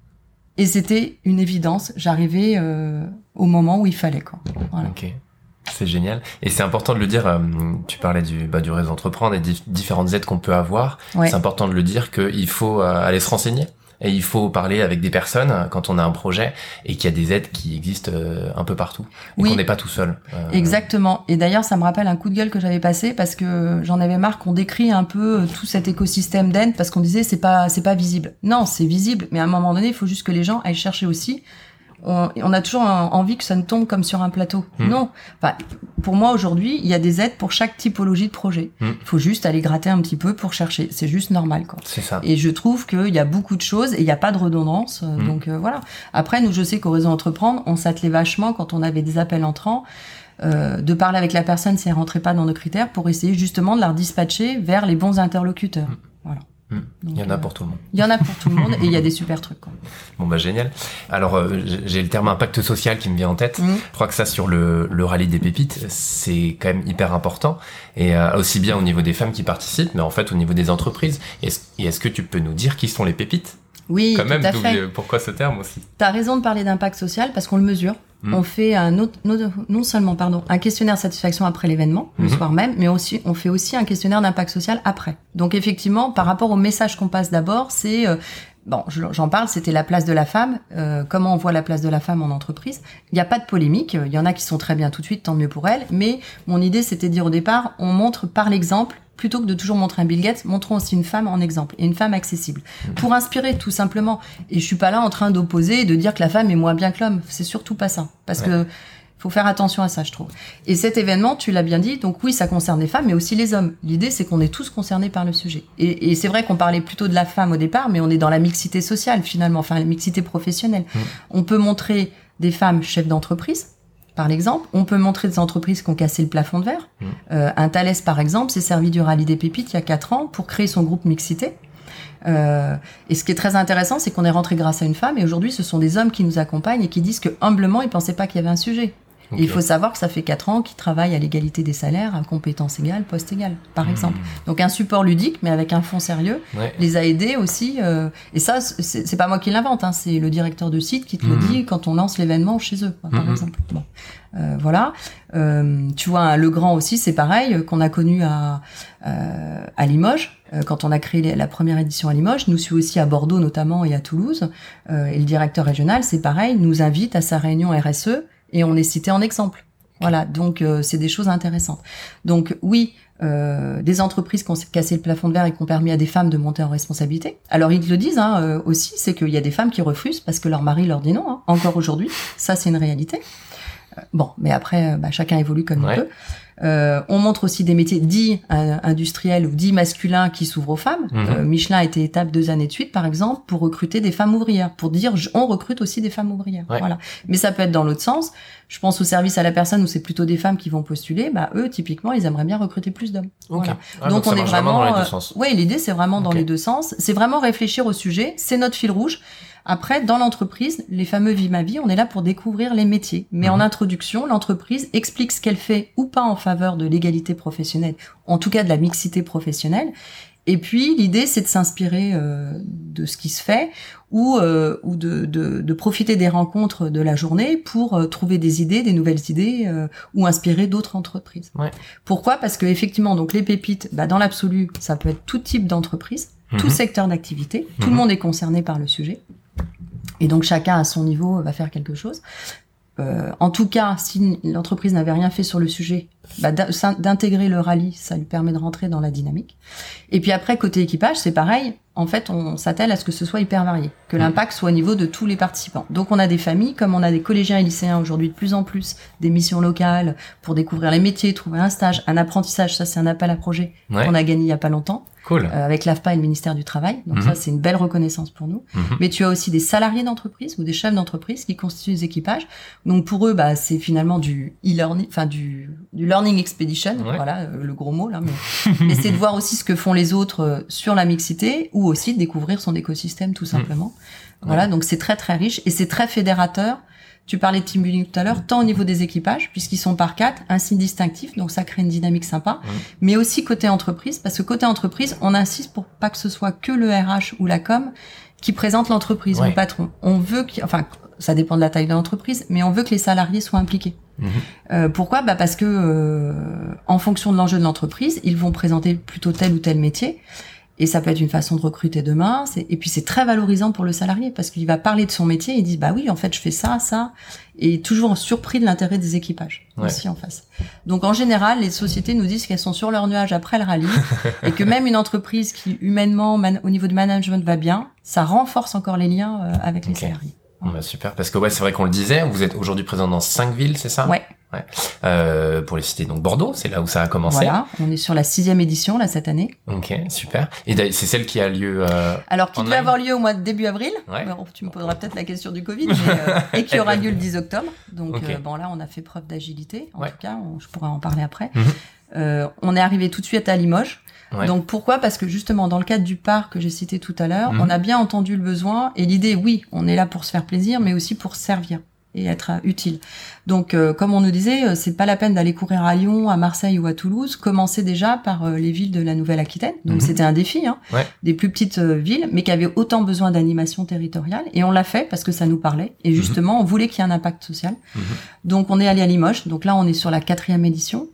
Et c'était une évidence. J'arrivais euh, au moment où il fallait, quoi. Voilà. Ok. C'est génial. Et c'est important de le dire, euh, tu parlais du, bah, du réseau Entreprendre et des différentes aides qu'on peut avoir. Ouais. C'est important de le dire qu'il faut euh, aller se renseigner. Et il faut parler avec des personnes quand on a un projet et qu'il y a des aides qui existent euh, un peu partout. Et oui. qu'on n'est pas tout seul. Euh... Exactement. Et d'ailleurs, ça me rappelle un coup de gueule que j'avais passé parce que j'en avais marre qu'on décrit un peu tout cet écosystème d'aides parce qu'on disait c'est pas, c'est pas visible. Non, c'est visible. Mais à un moment donné, il faut juste que les gens aillent chercher aussi. On, on a toujours envie que ça ne tombe comme sur un plateau. Mmh. Non. Enfin, pour moi, aujourd'hui, il y a des aides pour chaque typologie de projet. Il mmh. faut juste aller gratter un petit peu pour chercher. C'est juste normal, quoi. C'est ça. Et je trouve qu'il y a beaucoup de choses et il n'y a pas de redondance. Mmh. Donc, euh, voilà. Après, nous, je sais qu'au réseau Entreprendre, on s'attelait vachement quand on avait des appels entrants, euh, de parler avec la personne si elle rentrait pas dans nos critères pour essayer justement de la dispatcher vers les bons interlocuteurs. Mmh. Voilà. Donc, il y en a pour tout le monde. Il y en a pour tout le monde et il y a des super trucs, quoi. Bon bah génial. Alors euh, j'ai le terme impact social qui me vient en tête. Mmh. Je crois que ça sur le, le rallye des pépites, c'est quand même hyper important. Et euh, aussi bien au niveau des femmes qui participent, mais en fait au niveau des entreprises. Et est-ce, et est-ce que tu peux nous dire qui sont les pépites ? Oui, quand même, tout à fait. Pourquoi ce terme aussi ? T'as raison de parler d'impact social parce qu'on le mesure. Mmh. On fait un autre, non seulement pardon un questionnaire de satisfaction après l'événement, mmh. le soir même, mais aussi on fait aussi un questionnaire d'impact social après. Donc effectivement, par rapport au message qu'on passe d'abord, c'est euh, bon, j'en parle, c'était la place de la femme. Euh, comment on voit la place de la femme en entreprise ? Il n'y a pas de polémique. Il y en a qui sont très bien tout de suite, tant mieux pour elles. Mais mon idée, c'était de dire au départ, on montre par l'exemple. Plutôt que de toujours montrer un Bill Gates, montrons aussi une femme en exemple et une femme accessible mmh. pour inspirer tout simplement. Et je suis pas là en train d'opposer et de dire que la femme est moins bien que l'homme. C'est surtout pas ça, parce ouais. que faut faire attention à ça, je trouve. Et cet événement, tu l'as bien dit, donc oui, ça concerne les femmes, mais aussi les hommes. L'idée, c'est qu'on est tous concernés par le sujet. Et, et c'est vrai qu'on parlait plutôt de la femme au départ, mais on est dans la mixité sociale finalement, enfin la mixité professionnelle. Mmh. On peut montrer des femmes chefs d'entreprise. Par exemple, on peut montrer des entreprises qui ont cassé le plafond de verre. Mmh. Euh, un Thales, par exemple, s'est servi du rallye des pépites il y a quatre ans pour créer son groupe Mixité. Euh, et ce qui est très intéressant, c'est qu'on est rentré grâce à une femme et aujourd'hui, ce sont des hommes qui nous accompagnent et qui disent que humblement, ils pensaient pas qu'il y avait un sujet. Okay. Et il faut savoir que ça fait quatre ans qu'ils travaillent à l'égalité des salaires, à compétences égales, poste égal, par mmh. exemple. Donc un support ludique, mais avec un fond sérieux, ouais. les a aidés aussi. Euh, et ça, c'est, c'est pas moi qui l'invente, hein, c'est le directeur de site qui te mmh. le dit quand on lance l'événement chez eux, quoi, par mmh. exemple. Bon. Euh, voilà. Euh, tu vois, Legrand aussi, c'est pareil, qu'on a connu à, euh, à Limoges. Euh, quand on a créé la première édition à Limoges, nous suit aussi à Bordeaux notamment et à Toulouse. Euh, et le directeur régional, c'est pareil, nous invite à sa réunion R S E. Et on est cité en exemple. Voilà, donc euh, c'est des choses intéressantes. Donc oui, euh, des entreprises qui ont cassé le plafond de verre et qui ont permis à des femmes de monter en responsabilité. Alors ils te le disent hein, euh, aussi, c'est qu'il y a des femmes qui refusent parce que leur mari leur dit non, hein, encore aujourd'hui. Ça, c'est une réalité. Euh, bon, mais après, euh, bah, chacun évolue comme ouais. il peut. Euh, on montre aussi des métiers dits euh, industriels ou dits masculins qui s'ouvrent aux femmes. Mmh. Euh, Michelin a été étape deux années de suite, par exemple, pour recruter des femmes ouvrières, pour dire on recrute aussi des femmes ouvrières. Ouais. Voilà. Mais ça peut être dans l'autre sens. Je pense au service à la personne où c'est plutôt des femmes qui vont postuler. Bah eux, typiquement, ils aimeraient bien recruter plus d'hommes. Okay. Voilà. Ah, donc, donc on est vraiment. vraiment dans les deux sens. Euh, oui, l'idée c'est vraiment okay. dans les deux sens. C'est vraiment réfléchir au sujet. C'est notre fil rouge. Après, dans l'entreprise, les fameux Vie ma vie, on est là pour découvrir les métiers. Mais mmh. en introduction, l'entreprise explique ce qu'elle fait ou pas en faveur de l'égalité professionnelle, en tout cas de la mixité professionnelle. Et puis, l'idée, c'est de s'inspirer euh, de ce qui se fait ou, euh, ou de, de, de profiter des rencontres de la journée pour euh, trouver des idées, des nouvelles idées euh, ou inspirer d'autres entreprises. Ouais. Pourquoi ? Parce que effectivement, donc les pépites, bah, dans l'absolu, ça peut être tout type d'entreprise, mmh. tout secteur d'activité, mmh. tout le monde est concerné par le sujet. Et donc chacun à son niveau va faire quelque chose. Euh, en tout cas, si l'entreprise n'avait rien fait sur le sujet, bah, d'intégrer le rallye, ça lui permet de rentrer dans la dynamique. Et puis après, côté équipage, c'est pareil. En fait, on s'attelle à ce que ce soit hyper varié, que l'impact soit au niveau de tous les participants. Donc on a des familles, comme on a des collégiens et lycéens aujourd'hui de plus en plus, des missions locales pour découvrir les métiers, trouver un stage, un apprentissage. Ça, c'est un appel à projet ouais. qu'on a gagné il y a pas longtemps. Cool. Euh, avec l'A F P A et le ministère du Travail. Donc mmh. ça, c'est une belle reconnaissance pour nous. Mmh. Mais tu as aussi des salariés d'entreprise ou des chefs d'entreprise qui constituent des équipages. Donc pour eux, bah, c'est finalement du e-learning, enfin du, du learning expedition. Ouais. Voilà, euh, le gros mot là. Mais, mais c'est de voir aussi ce que font les autres euh, sur la mixité ou aussi de découvrir son écosystème tout simplement. Mmh. Voilà, ouais. donc c'est très très riche et c'est très fédérateur. Tu parlais de team building tout à l'heure, tant au niveau des équipages, puisqu'ils sont par quatre, un signe distinctif, donc ça crée une dynamique sympa, mmh. mais aussi côté entreprise, parce que côté entreprise, on insiste pour pas que ce soit que le R H ou la com qui présente l'entreprise, ouais. le patron. On veut qu'il, enfin, ça dépend de la taille de l'entreprise, mais on veut que les salariés soient impliqués. Mmh. Euh, pourquoi ? Bah parce que euh, en fonction de l'enjeu de l'entreprise, ils vont présenter plutôt tel ou tel métier. Et ça peut être une façon de recruter demain. C'est... Et puis, c'est très valorisant pour le salarié parce qu'il va parler de son métier et il dit, bah oui, en fait, je fais ça, ça. Et toujours surpris de l'intérêt des équipages ouais. aussi en face. Donc, en général, les sociétés nous disent qu'elles sont sur leur nuage après le rallye et que même une entreprise qui, humainement, man... au niveau du management va bien, ça renforce encore les liens euh, avec les okay. salariés. Bah, super, parce que ouais, c'est vrai qu'on le disait, vous êtes aujourd'hui présent dans cinq villes, c'est ça ? Ouais. Ouais. Euh, pour les citer, donc Bordeaux, c'est là où ça a commencé. Voilà, on est sur la sixième édition là cette année. Ok, super. Et c'est celle qui a lieu. Euh, Alors qui devait avoir lieu au mois de début avril. Ouais. Alors, tu me poseras peut-être la question du Covid, mais, euh, et qui aura lieu le dix octobre. Donc okay. euh, bon là, on a fait preuve d'agilité. En ouais. tout cas, on, je pourrais en parler après. Mm-hmm. Euh, on est arrivé tout de suite à Limoges. Ouais. Donc pourquoi ? Parce que justement dans le cadre du parc que j'ai cité tout à l'heure, mmh. on a bien entendu le besoin et l'idée, oui, on est là pour se faire plaisir, mais aussi pour servir et être euh, utile. Donc euh, comme on nous disait, euh, c'est pas la peine d'aller courir à Lyon, à Marseille ou à Toulouse. Commencez déjà par euh, les villes de la Nouvelle-Aquitaine. Donc mmh. c'était un défi, hein, ouais. des plus petites euh, villes, mais qui avaient autant besoin d'animation territoriale. Et on l'a fait parce que ça nous parlait. Et justement, mmh. on voulait qu'il y ait un impact social. Mmh. Donc on est allé à Limoges. Donc là, on est sur la quatrième édition.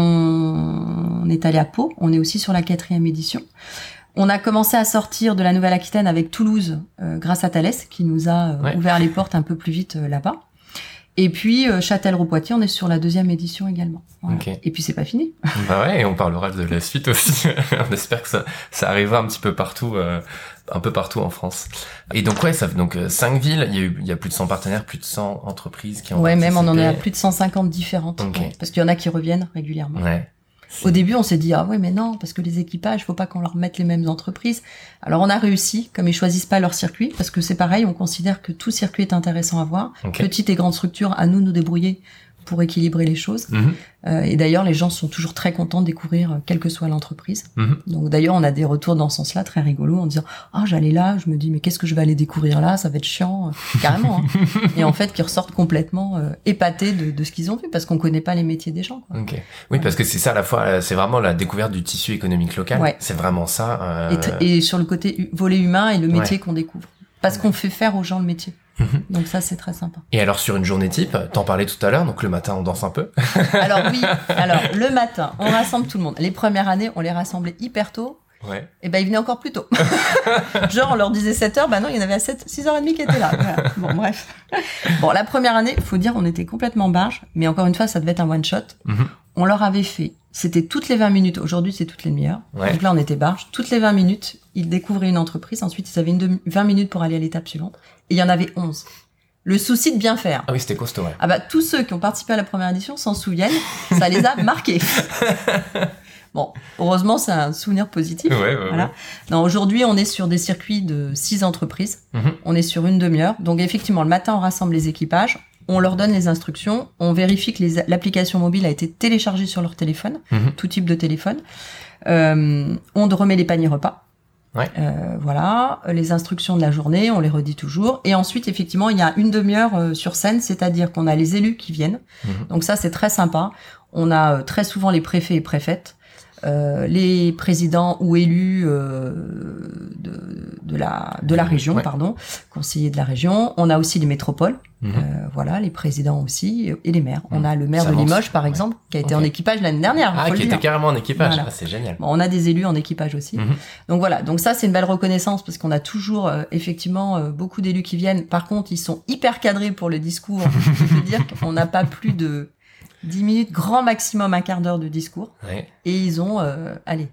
On est allé à Pau, on est aussi sur la quatrième édition. On a commencé à sortir de la Nouvelle-Aquitaine avec Toulouse euh, grâce à Thalès qui nous a euh, ouais. ouvert les portes un peu plus vite euh, là-bas. Et puis euh, Châtellerault-Poitiers, on est sur la deuxième édition également. Voilà. Okay. Et puis c'est pas fini. Bah ouais, et on parlera de la suite aussi. On espère que ça, ça arrivera un petit peu partout, euh, un peu partout en France. Et donc ouais, ça fait donc cinq villes. Il y a eu, il y a plus de cent partenaires, plus de cent entreprises qui ont. Ouais, même on en est à plus de cent cinquante différentes. Okay. Ouais, parce qu'il y en a qui reviennent régulièrement. Ouais. Au début, on s'est dit, ah oui, mais non, parce que les équipages, faut pas qu'on leur mette les mêmes entreprises. Alors, on a réussi, comme ils choisissent pas leur circuit, parce que c'est pareil, on considère que tout circuit est intéressant à voir. Okay. Petite et grande structure, à nous nous débrouiller pour équilibrer les choses. Mmh. Euh, et d'ailleurs, les gens sont toujours très contents de découvrir, euh, quelle que soit l'entreprise. Mmh. Donc d'ailleurs, on a des retours dans ce sens-là très rigolos en disant « Ah, oh, j'allais là, je me dis, mais qu'est-ce que je vais aller découvrir là ? Ça va être chiant. » Carrément. Hein. Et en fait, qui ressortent complètement euh, épatés de, de ce qu'ils ont vu, parce qu'on connaît pas les métiers des gens. Quoi. Okay. Oui, ouais. Parce que c'est ça, à la fois, c'est vraiment la découverte du tissu économique local. Ouais. C'est vraiment ça. Euh... Et, t- et sur le côté volet humain et le métier ouais. qu'on découvre. Parce ouais. qu'on fait faire aux gens le métier. Donc ça, c'est très sympa. Et alors, sur une journée type, t'en parlais tout à l'heure, donc le matin, on danse un peu. Alors oui, alors le matin, on rassemble tout le monde. Les premières années, on les rassemblait hyper tôt. Ouais. Et ben ils venaient encore plus tôt. Genre on leur disait sept heures, bah non, il y en avait à sept, six heures trente qui étaient là. Voilà. Bon bref. Bon, la première année, faut dire, on était complètement barge, mais encore une fois, ça devait être un one shot. Mm-hmm. On leur avait fait, c'était toutes les vingt minutes. Aujourd'hui, c'est toutes les demi-heures. Ouais. Donc là, on était barge. Toutes les vingt minutes, ils découvraient une entreprise. Ensuite, ils avaient une demi- vingt minutes pour aller à l'étape suivante. Et il y en avait onze. Le souci de bien faire. Ah oui, c'était costaud, ouais. Ah bah, tous ceux qui ont participé à la première édition s'en souviennent. Ça les a marqués. Bon, heureusement, c'est un souvenir positif. Ouais, ouais, voilà. Ouais. Non, aujourd'hui, on est sur des circuits de six entreprises. Mm-hmm. On est sur une demi-heure. Donc, effectivement, le matin, on rassemble les équipages. On leur donne les instructions. On vérifie que les, l'application mobile a été téléchargée sur leur téléphone. Mm-hmm. Tout type de téléphone. Euh, on remet les paniers repas. Ouais. Euh, voilà. Les instructions de la journée, on les redit toujours. Et ensuite, effectivement, il y a une demi-heure euh, sur scène. C'est-à-dire qu'on a les élus qui viennent. Mm-hmm. Donc ça, c'est très sympa. On a euh, très souvent les préfets et préfètes. Euh, les présidents ou élus euh, de, de la de la région, ouais. pardon, conseillers de la région. On a aussi les métropoles, mmh. euh, voilà, les présidents aussi et les maires. Mmh. On a le maire Ça de avance. Limoges, par exemple, ouais. qui a été okay. en équipage l'année dernière. Ah, faut qui le était dire. carrément en équipage. Voilà. Ah, c'est génial. Bon, on a des élus en équipage aussi. Mmh. Donc voilà. Donc ça, c'est une belle reconnaissance parce qu'on a toujours euh, effectivement euh, beaucoup d'élus qui viennent. Par contre, ils sont hyper cadrés pour le discours. Je veux dire qu'on n'a pas plus de dix minutes, grand maximum un quart d'heure de discours. Ouais. Et ils ont, euh, allez,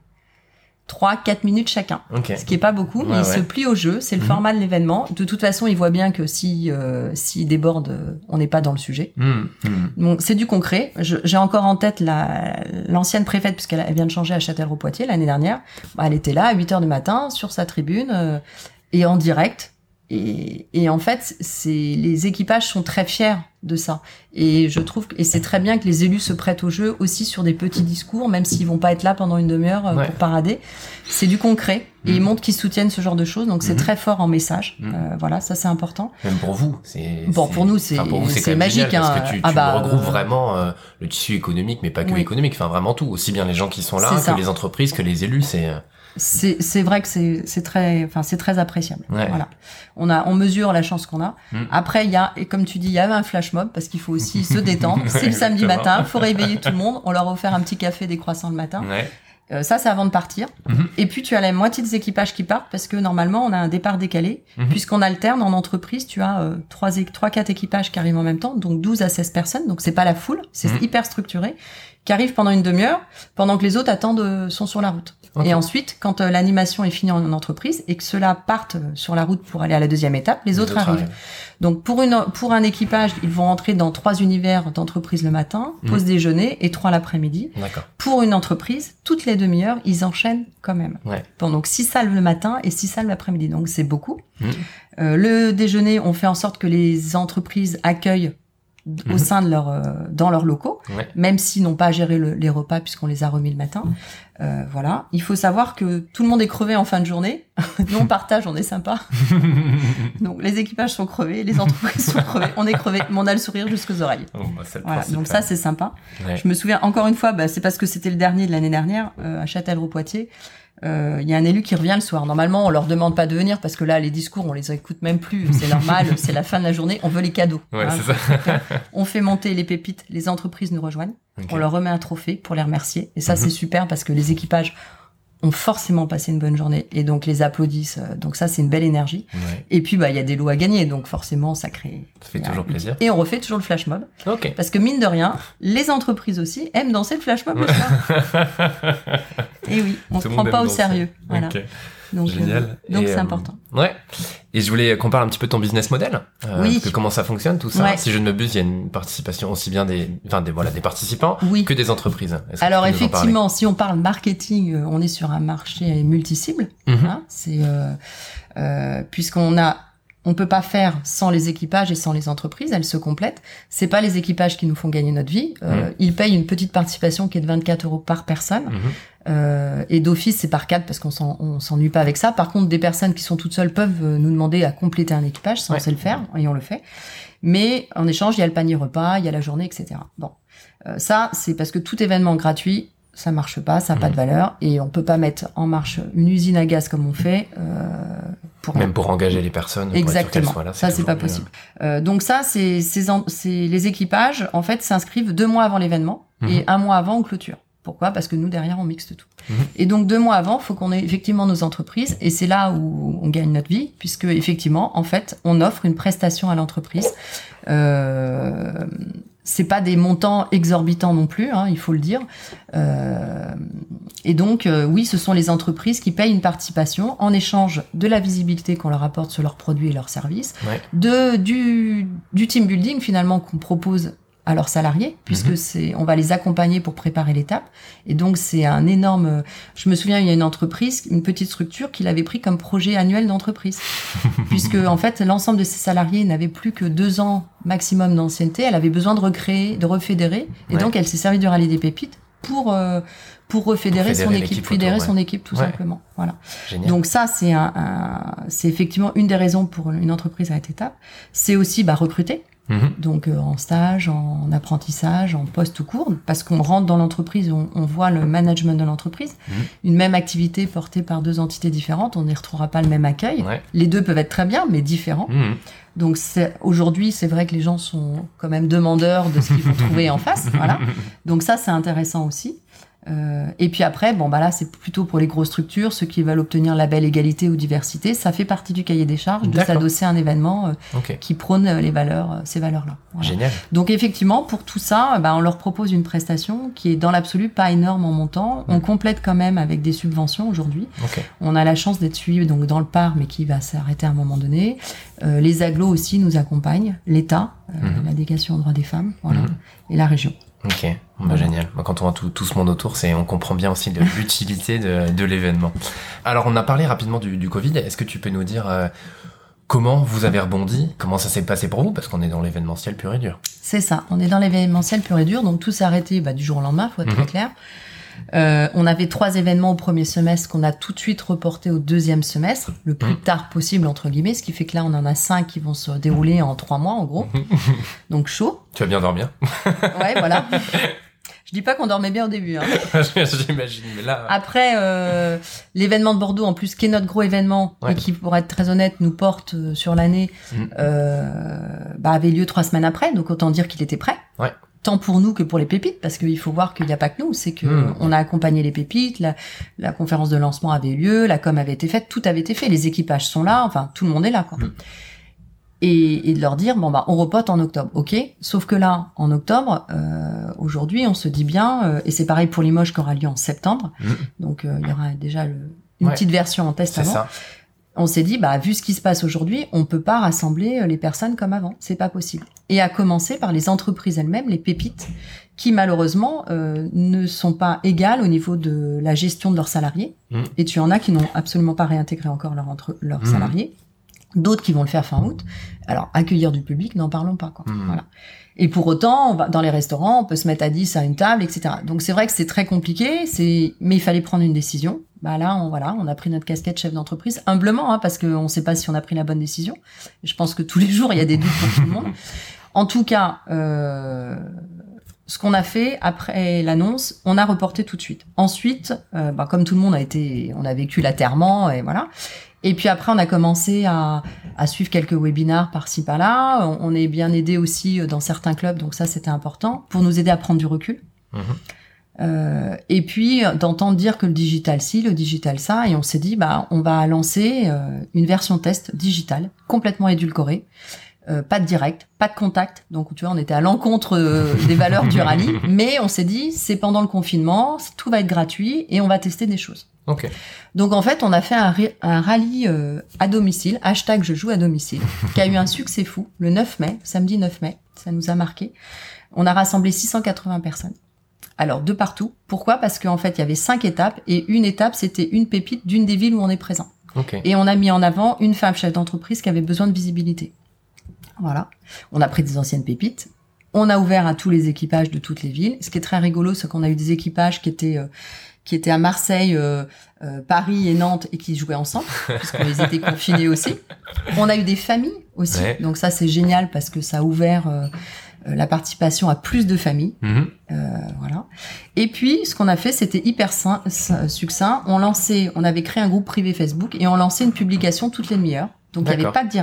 trois quatre minutes chacun. Okay. Ce qui est pas beaucoup, mais ouais, ils ouais. se plient au jeu. C'est le mmh. format de l'événement. De toute façon, ils voient bien que si, euh, s'ils débordent, on n'est pas dans le sujet. Mmh. Mmh. Donc, c'est du concret. Je, j'ai encore en tête la, l'ancienne préfète, puisqu'elle elle vient de changer à Châtellerault-Poitiers l'année dernière. Elle était là à huit heures du matin, sur sa tribune, euh, et en direct. Et, et en fait, c'est, les équipages sont très fiers de ça. Et je trouve, et c'est très bien que les élus se prêtent au jeu aussi sur des petits discours, même s'ils vont pas être là pendant une demi-heure euh, ouais. pour parader. C'est du concret. Mmh. Et ils montrent qu'ils soutiennent ce genre de choses. Donc c'est mmh. très fort en message. Mmh. Euh, voilà, ça c'est important. Même pour vous, c'est. Bon, c'est, pour nous, c'est, enfin, pour vous, c'est, c'est magique. Génial, hein. Parce que tu, ah tu bah, regroupes euh... vraiment euh, le tissu économique, mais pas que oui. économique. Enfin, vraiment tout. Aussi bien les gens qui sont là, que les entreprises, que les élus. C'est. C'est, c'est vrai que c'est, c'est très, enfin, c'est très appréciable. Ouais. Voilà. On a, on mesure la chance qu'on a. Mm. Après, il y a, et comme tu dis, il y avait un flash mob parce qu'il faut aussi se détendre. C'est le samedi matin, faut réveiller tout le monde. On leur a offert un petit café, des croissants le matin. Ouais. Euh, ça, c'est avant de partir. Mm-hmm. Et puis, tu as la moitié des équipages qui partent parce que normalement, on a un départ décalé. Mm-hmm. Puisqu'on alterne en entreprise, tu as euh, trois, trois, quatre équipages qui arrivent en même temps, donc douze à seize personnes. Donc, c'est pas la foule, c'est mm-hmm. hyper structuré, qui arrivent pendant une demi-heure, pendant que les autres attendent, euh, sont sur la route. Okay. Et ensuite, quand euh, l'animation est finie en, en entreprise et que ceux-là partent euh, sur la route pour aller à la deuxième étape, les, les autres, autres arrivent. arrivent. Donc, pour une pour un équipage, ils vont entrer dans trois univers d'entreprise le matin, mmh. pause déjeuner et trois l'après-midi. D'accord. Pour une entreprise, toutes les demi-heures, ils enchaînent quand même. Ouais. Bon, donc six salles le matin et six salles l'après-midi. Donc, c'est beaucoup. Mmh. Euh, le déjeuner, on fait en sorte que les entreprises accueillent au mmh. sein de leur euh, dans leurs locaux, ouais. même s'ils n'ont pas à gérer le, les repas puisqu'on les a remis le matin. Euh, voilà. Il faut savoir que tout le monde est crevé en fin de journée. Nous on partage, on est sympa. Donc les équipages sont crevés, les entreprises sont crevées, on est crevés, mais on a le sourire jusqu'aux oreilles. Oh, bah, c'est le voilà. Donc ça c'est sympa. Ouais. Je me souviens encore une fois, bah, c'est parce que c'était le dernier de l'année dernière euh, à Châtellerault-Poitiers. Il euh, y a un élu qui revient le soir. Normalement, on leur demande pas de venir parce que là, les discours, on les écoute même plus. C'est normal, c'est la fin de la journée. On veut les cadeaux. Ouais, hein. c'est ça. On fait monter les pépites. Les entreprises nous rejoignent. Okay. On leur remet un trophée pour les remercier. Et ça, mm-hmm. c'est super parce que les équipages ont forcément passé une bonne journée et donc les applaudissent. Donc ça, c'est une belle énergie. Ouais. Et puis, bah, il y a des lots à gagner. Donc forcément, ça crée... Ça fait toujours plaisir. Et on refait toujours le flash mob. Okay. Parce que mine de rien, les entreprises aussi aiment danser le flash mob le soir. Et oui, on se prend pas au danser. Sérieux. Voilà. Okay. Donc, Génial. Euh, donc et, c'est euh, important. Ouais. Et je voulais qu'on parle un petit peu de ton business model. Euh, oui. Que comment ça fonctionne, tout ça. Ouais. Si je ne m'abuse, il y a une participation aussi bien des, enfin des voilà, des participants oui. que des entreprises. Est-ce Alors effectivement, si on parle marketing, euh, on est sur un marché multi-cible. Mm-hmm. Hein, c'est euh, euh, puisqu'on a on peut pas faire sans les équipages et sans les entreprises, elles se complètent. C'est pas les équipages qui nous font gagner notre vie. Euh, mmh. Ils payent une petite participation qui est de vingt-quatre euros par personne. Mmh. Euh, et d'office, c'est par cadre parce qu'on s'en, on s'ennuie pas avec ça. Par contre, des personnes qui sont toutes seules peuvent nous demander à compléter un équipage, ça ouais. on sait le faire et on le fait. Mais en échange, il y a le panier repas, il y a la journée, et cetera. Bon, euh, ça, c'est parce que tout événement gratuit, ça marche pas, ça n'a mmh. pas de valeur et on peut pas mettre en marche une usine à gaz comme on fait. Euh, pour Même pour engager les personnes. Exactement. Pour soient là, c'est ça c'est pas possible. Euh, donc ça c'est, c'est, c'est les équipages en fait s'inscrivent deux mois avant l'événement mmh. et un mois avant on clôture Pourquoi ? Parce que nous, derrière, on mixte tout. Mmh. Et donc, deux mois avant, il faut qu'on ait effectivement nos entreprises. Et c'est là où on gagne notre vie, puisque, effectivement, en fait, on offre une prestation à l'entreprise. Euh, c'est pas des montants exorbitants non plus, hein, il faut le dire. Euh, et donc, euh, oui, ce sont les entreprises qui payent une participation en échange de la visibilité qu'on leur apporte sur leurs produits et leurs services, ouais. de, du, du team building, finalement, qu'on propose à leurs salariés, puisque mmh. c'est, on va les accompagner pour préparer l'étape. Et donc, c'est un énorme... Je me souviens, il y a une entreprise, une petite structure, qui l'avait pris comme projet annuel d'entreprise. Puisque, en fait, l'ensemble de ses salariés n'avaient plus que deux ans maximum d'ancienneté. Elle avait besoin de recréer, de refédérer. Et ouais. donc, elle s'est servie du rallye des pépites pour... Euh, pour refédérer pour son équipe, fédérer autour, ouais. son équipe, tout ouais. simplement. Voilà. Génial. Donc ça, c'est un, un, c'est effectivement une des raisons pour une entreprise à cette étape. C'est aussi, bah, recruter. Mmh. Donc euh, en stage, en apprentissage, en poste tout court, parce qu'on rentre dans l'entreprise, on, on voit le management de l'entreprise. Mmh. Une même activité portée par deux entités différentes, on n'y retrouvera pas le même accueil. Ouais. Les deux peuvent être très bien, mais différents. Mmh. Donc c'est, aujourd'hui, c'est vrai que les gens sont quand même demandeurs de ce qu'ils vont trouver en face. Voilà. Donc ça, c'est intéressant aussi. Euh, et puis après, bon bah là, c'est plutôt pour les grosses structures, ceux qui veulent obtenir le label égalité ou diversité, ça fait partie du cahier des charges de D'accord. s'adosser à un événement euh, okay. qui prône les valeurs, euh, ces valeurs-là. Voilà. Génial. Donc effectivement, pour tout ça, bah, on leur propose une prestation qui est dans l'absolu pas énorme en montant. Mmh. On complète quand même avec des subventions aujourd'hui. Okay. On a la chance d'être suivi donc dans le P A R, mais qui va s'arrêter à un moment donné. Euh, les agglos aussi nous accompagnent, l'État, euh, mmh. la délégation aux droits des femmes, voilà, mmh. et la région. Ok, bon, bah, génial. Quand on voit tout, tout ce monde autour, c'est, on comprend bien aussi de, l'utilité de, de l'événement. Alors, on a parlé rapidement du, du Covid. Est-ce que tu peux nous dire euh, comment vous avez rebondi ? Comment ça s'est passé pour vous ? Parce qu'on est dans l'événementiel pur et dur. C'est ça, on est dans l'événementiel pur et dur. Donc, tout s'est arrêté bah, du jour au lendemain, il faut être mmh. très clair. Euh, on avait trois événements au premier semestre qu'on a tout de suite reportés au deuxième semestre, le plus mmh. tard possible, entre guillemets, ce qui fait que là, on en a cinq qui vont se dérouler en trois mois, en gros. Donc, chaud. Tu vas bien dormir. Ouais, voilà. Je dis pas qu'on dormait bien au début. Hein. J'imagine, mais là... Après, euh, l'événement de Bordeaux, en plus, qui est notre gros événement, ouais. et qui, pour être très honnête, nous porte euh, sur l'année, mmh. euh, bah, avait lieu trois semaines après, donc autant dire qu'il était prêt. Ouais. Tant pour nous que pour les pépites, parce qu'il faut voir qu'il n'y a pas que nous, c'est que mmh. on a accompagné les pépites, la, la conférence de lancement avait eu lieu, la com avait été faite, tout avait été fait, les équipages sont là, enfin tout le monde est là, quoi. Mmh. Et, et de leur dire bon bah on reporte en octobre, ok. Sauf que là, en octobre, euh, aujourd'hui, on se dit bien, euh, et c'est pareil pour Limoges qui aura lieu en septembre, mmh. donc euh, il y aura déjà le, une ouais. petite version en test c'est avant. Ça. On s'est dit, bah, vu ce qui se passe aujourd'hui, on peut pas rassembler les personnes comme avant. C'est pas possible. Et à commencer par les entreprises elles-mêmes, les pépites, qui malheureusement euh, ne sont pas égales au niveau de la gestion de leurs salariés. Mmh. Et tu en as qui n'ont absolument pas réintégré encore leurs entre- leurs mmh. salariés. D'autres qui vont le faire fin août. Alors, accueillir du public, n'en parlons pas, quoi. Mmh. Voilà. Et pour autant, on va, dans les restaurants, on peut se mettre à dix à une table, et cetera. Donc c'est vrai que c'est très compliqué, c'est, mais il fallait prendre une décision. Bah là, on, voilà, on a pris notre casquette chef d'entreprise, humblement, hein, parce qu'on ne sait pas si on a pris la bonne décision. Je pense que tous les jours, il y a des doutes pour tout le monde. En tout cas, euh, ce qu'on a fait après l'annonce, on a reporté tout de suite. Ensuite, euh, bah, comme tout le monde a été, on a vécu l'atterrement, et voilà. Et puis après, on a commencé à, à suivre quelques webinars par-ci par-là. On, on est bien aidé aussi dans certains clubs, donc ça, c'était important, pour nous aider à prendre du recul. Mmh. Euh, et puis, d'entendre dire que le digital ci, le digital ça, et on s'est dit, bah, on va lancer euh, une version test digitale, complètement édulcorée. Euh, pas de direct, pas de contact. Donc, tu vois, on était à l'encontre euh, des valeurs du rallye. Mais on s'est dit, c'est pendant le confinement, tout va être gratuit et on va tester des choses. Okay. Donc, en fait, on a fait un, un rallye euh, à domicile, hashtag je joue à domicile, qui a eu un succès fou le neuf mai, samedi neuf mai. Ça nous a marqué. On a rassemblé six cent quatre-vingts personnes. Alors, de partout. Pourquoi ? Parce qu'en fait, il y avait cinq étapes et une étape, c'était une pépite d'une des villes où on est présent. Okay. Et on a mis en avant une femme chef d'entreprise qui avait besoin de visibilité. Voilà. On a pris des anciennes pépites. On a ouvert à tous les équipages de toutes les villes. Ce qui est très rigolo, c'est qu'on a eu des équipages qui étaient, euh, qui étaient à Marseille, euh, euh, Paris et Nantes et qui jouaient ensemble, puisqu'ils étaient confinés aussi. On a eu des familles aussi. Ouais. Donc ça, c'est génial parce que ça a ouvert euh, la participation à plus de familles. Mmh. Euh, voilà. Et puis, ce qu'on a fait, c'était hyper sain, succinct. On lançait, on avait créé un groupe privé Facebook et on lançait une publication toutes les demi-heures. Donc, il n'y avait pas de direct.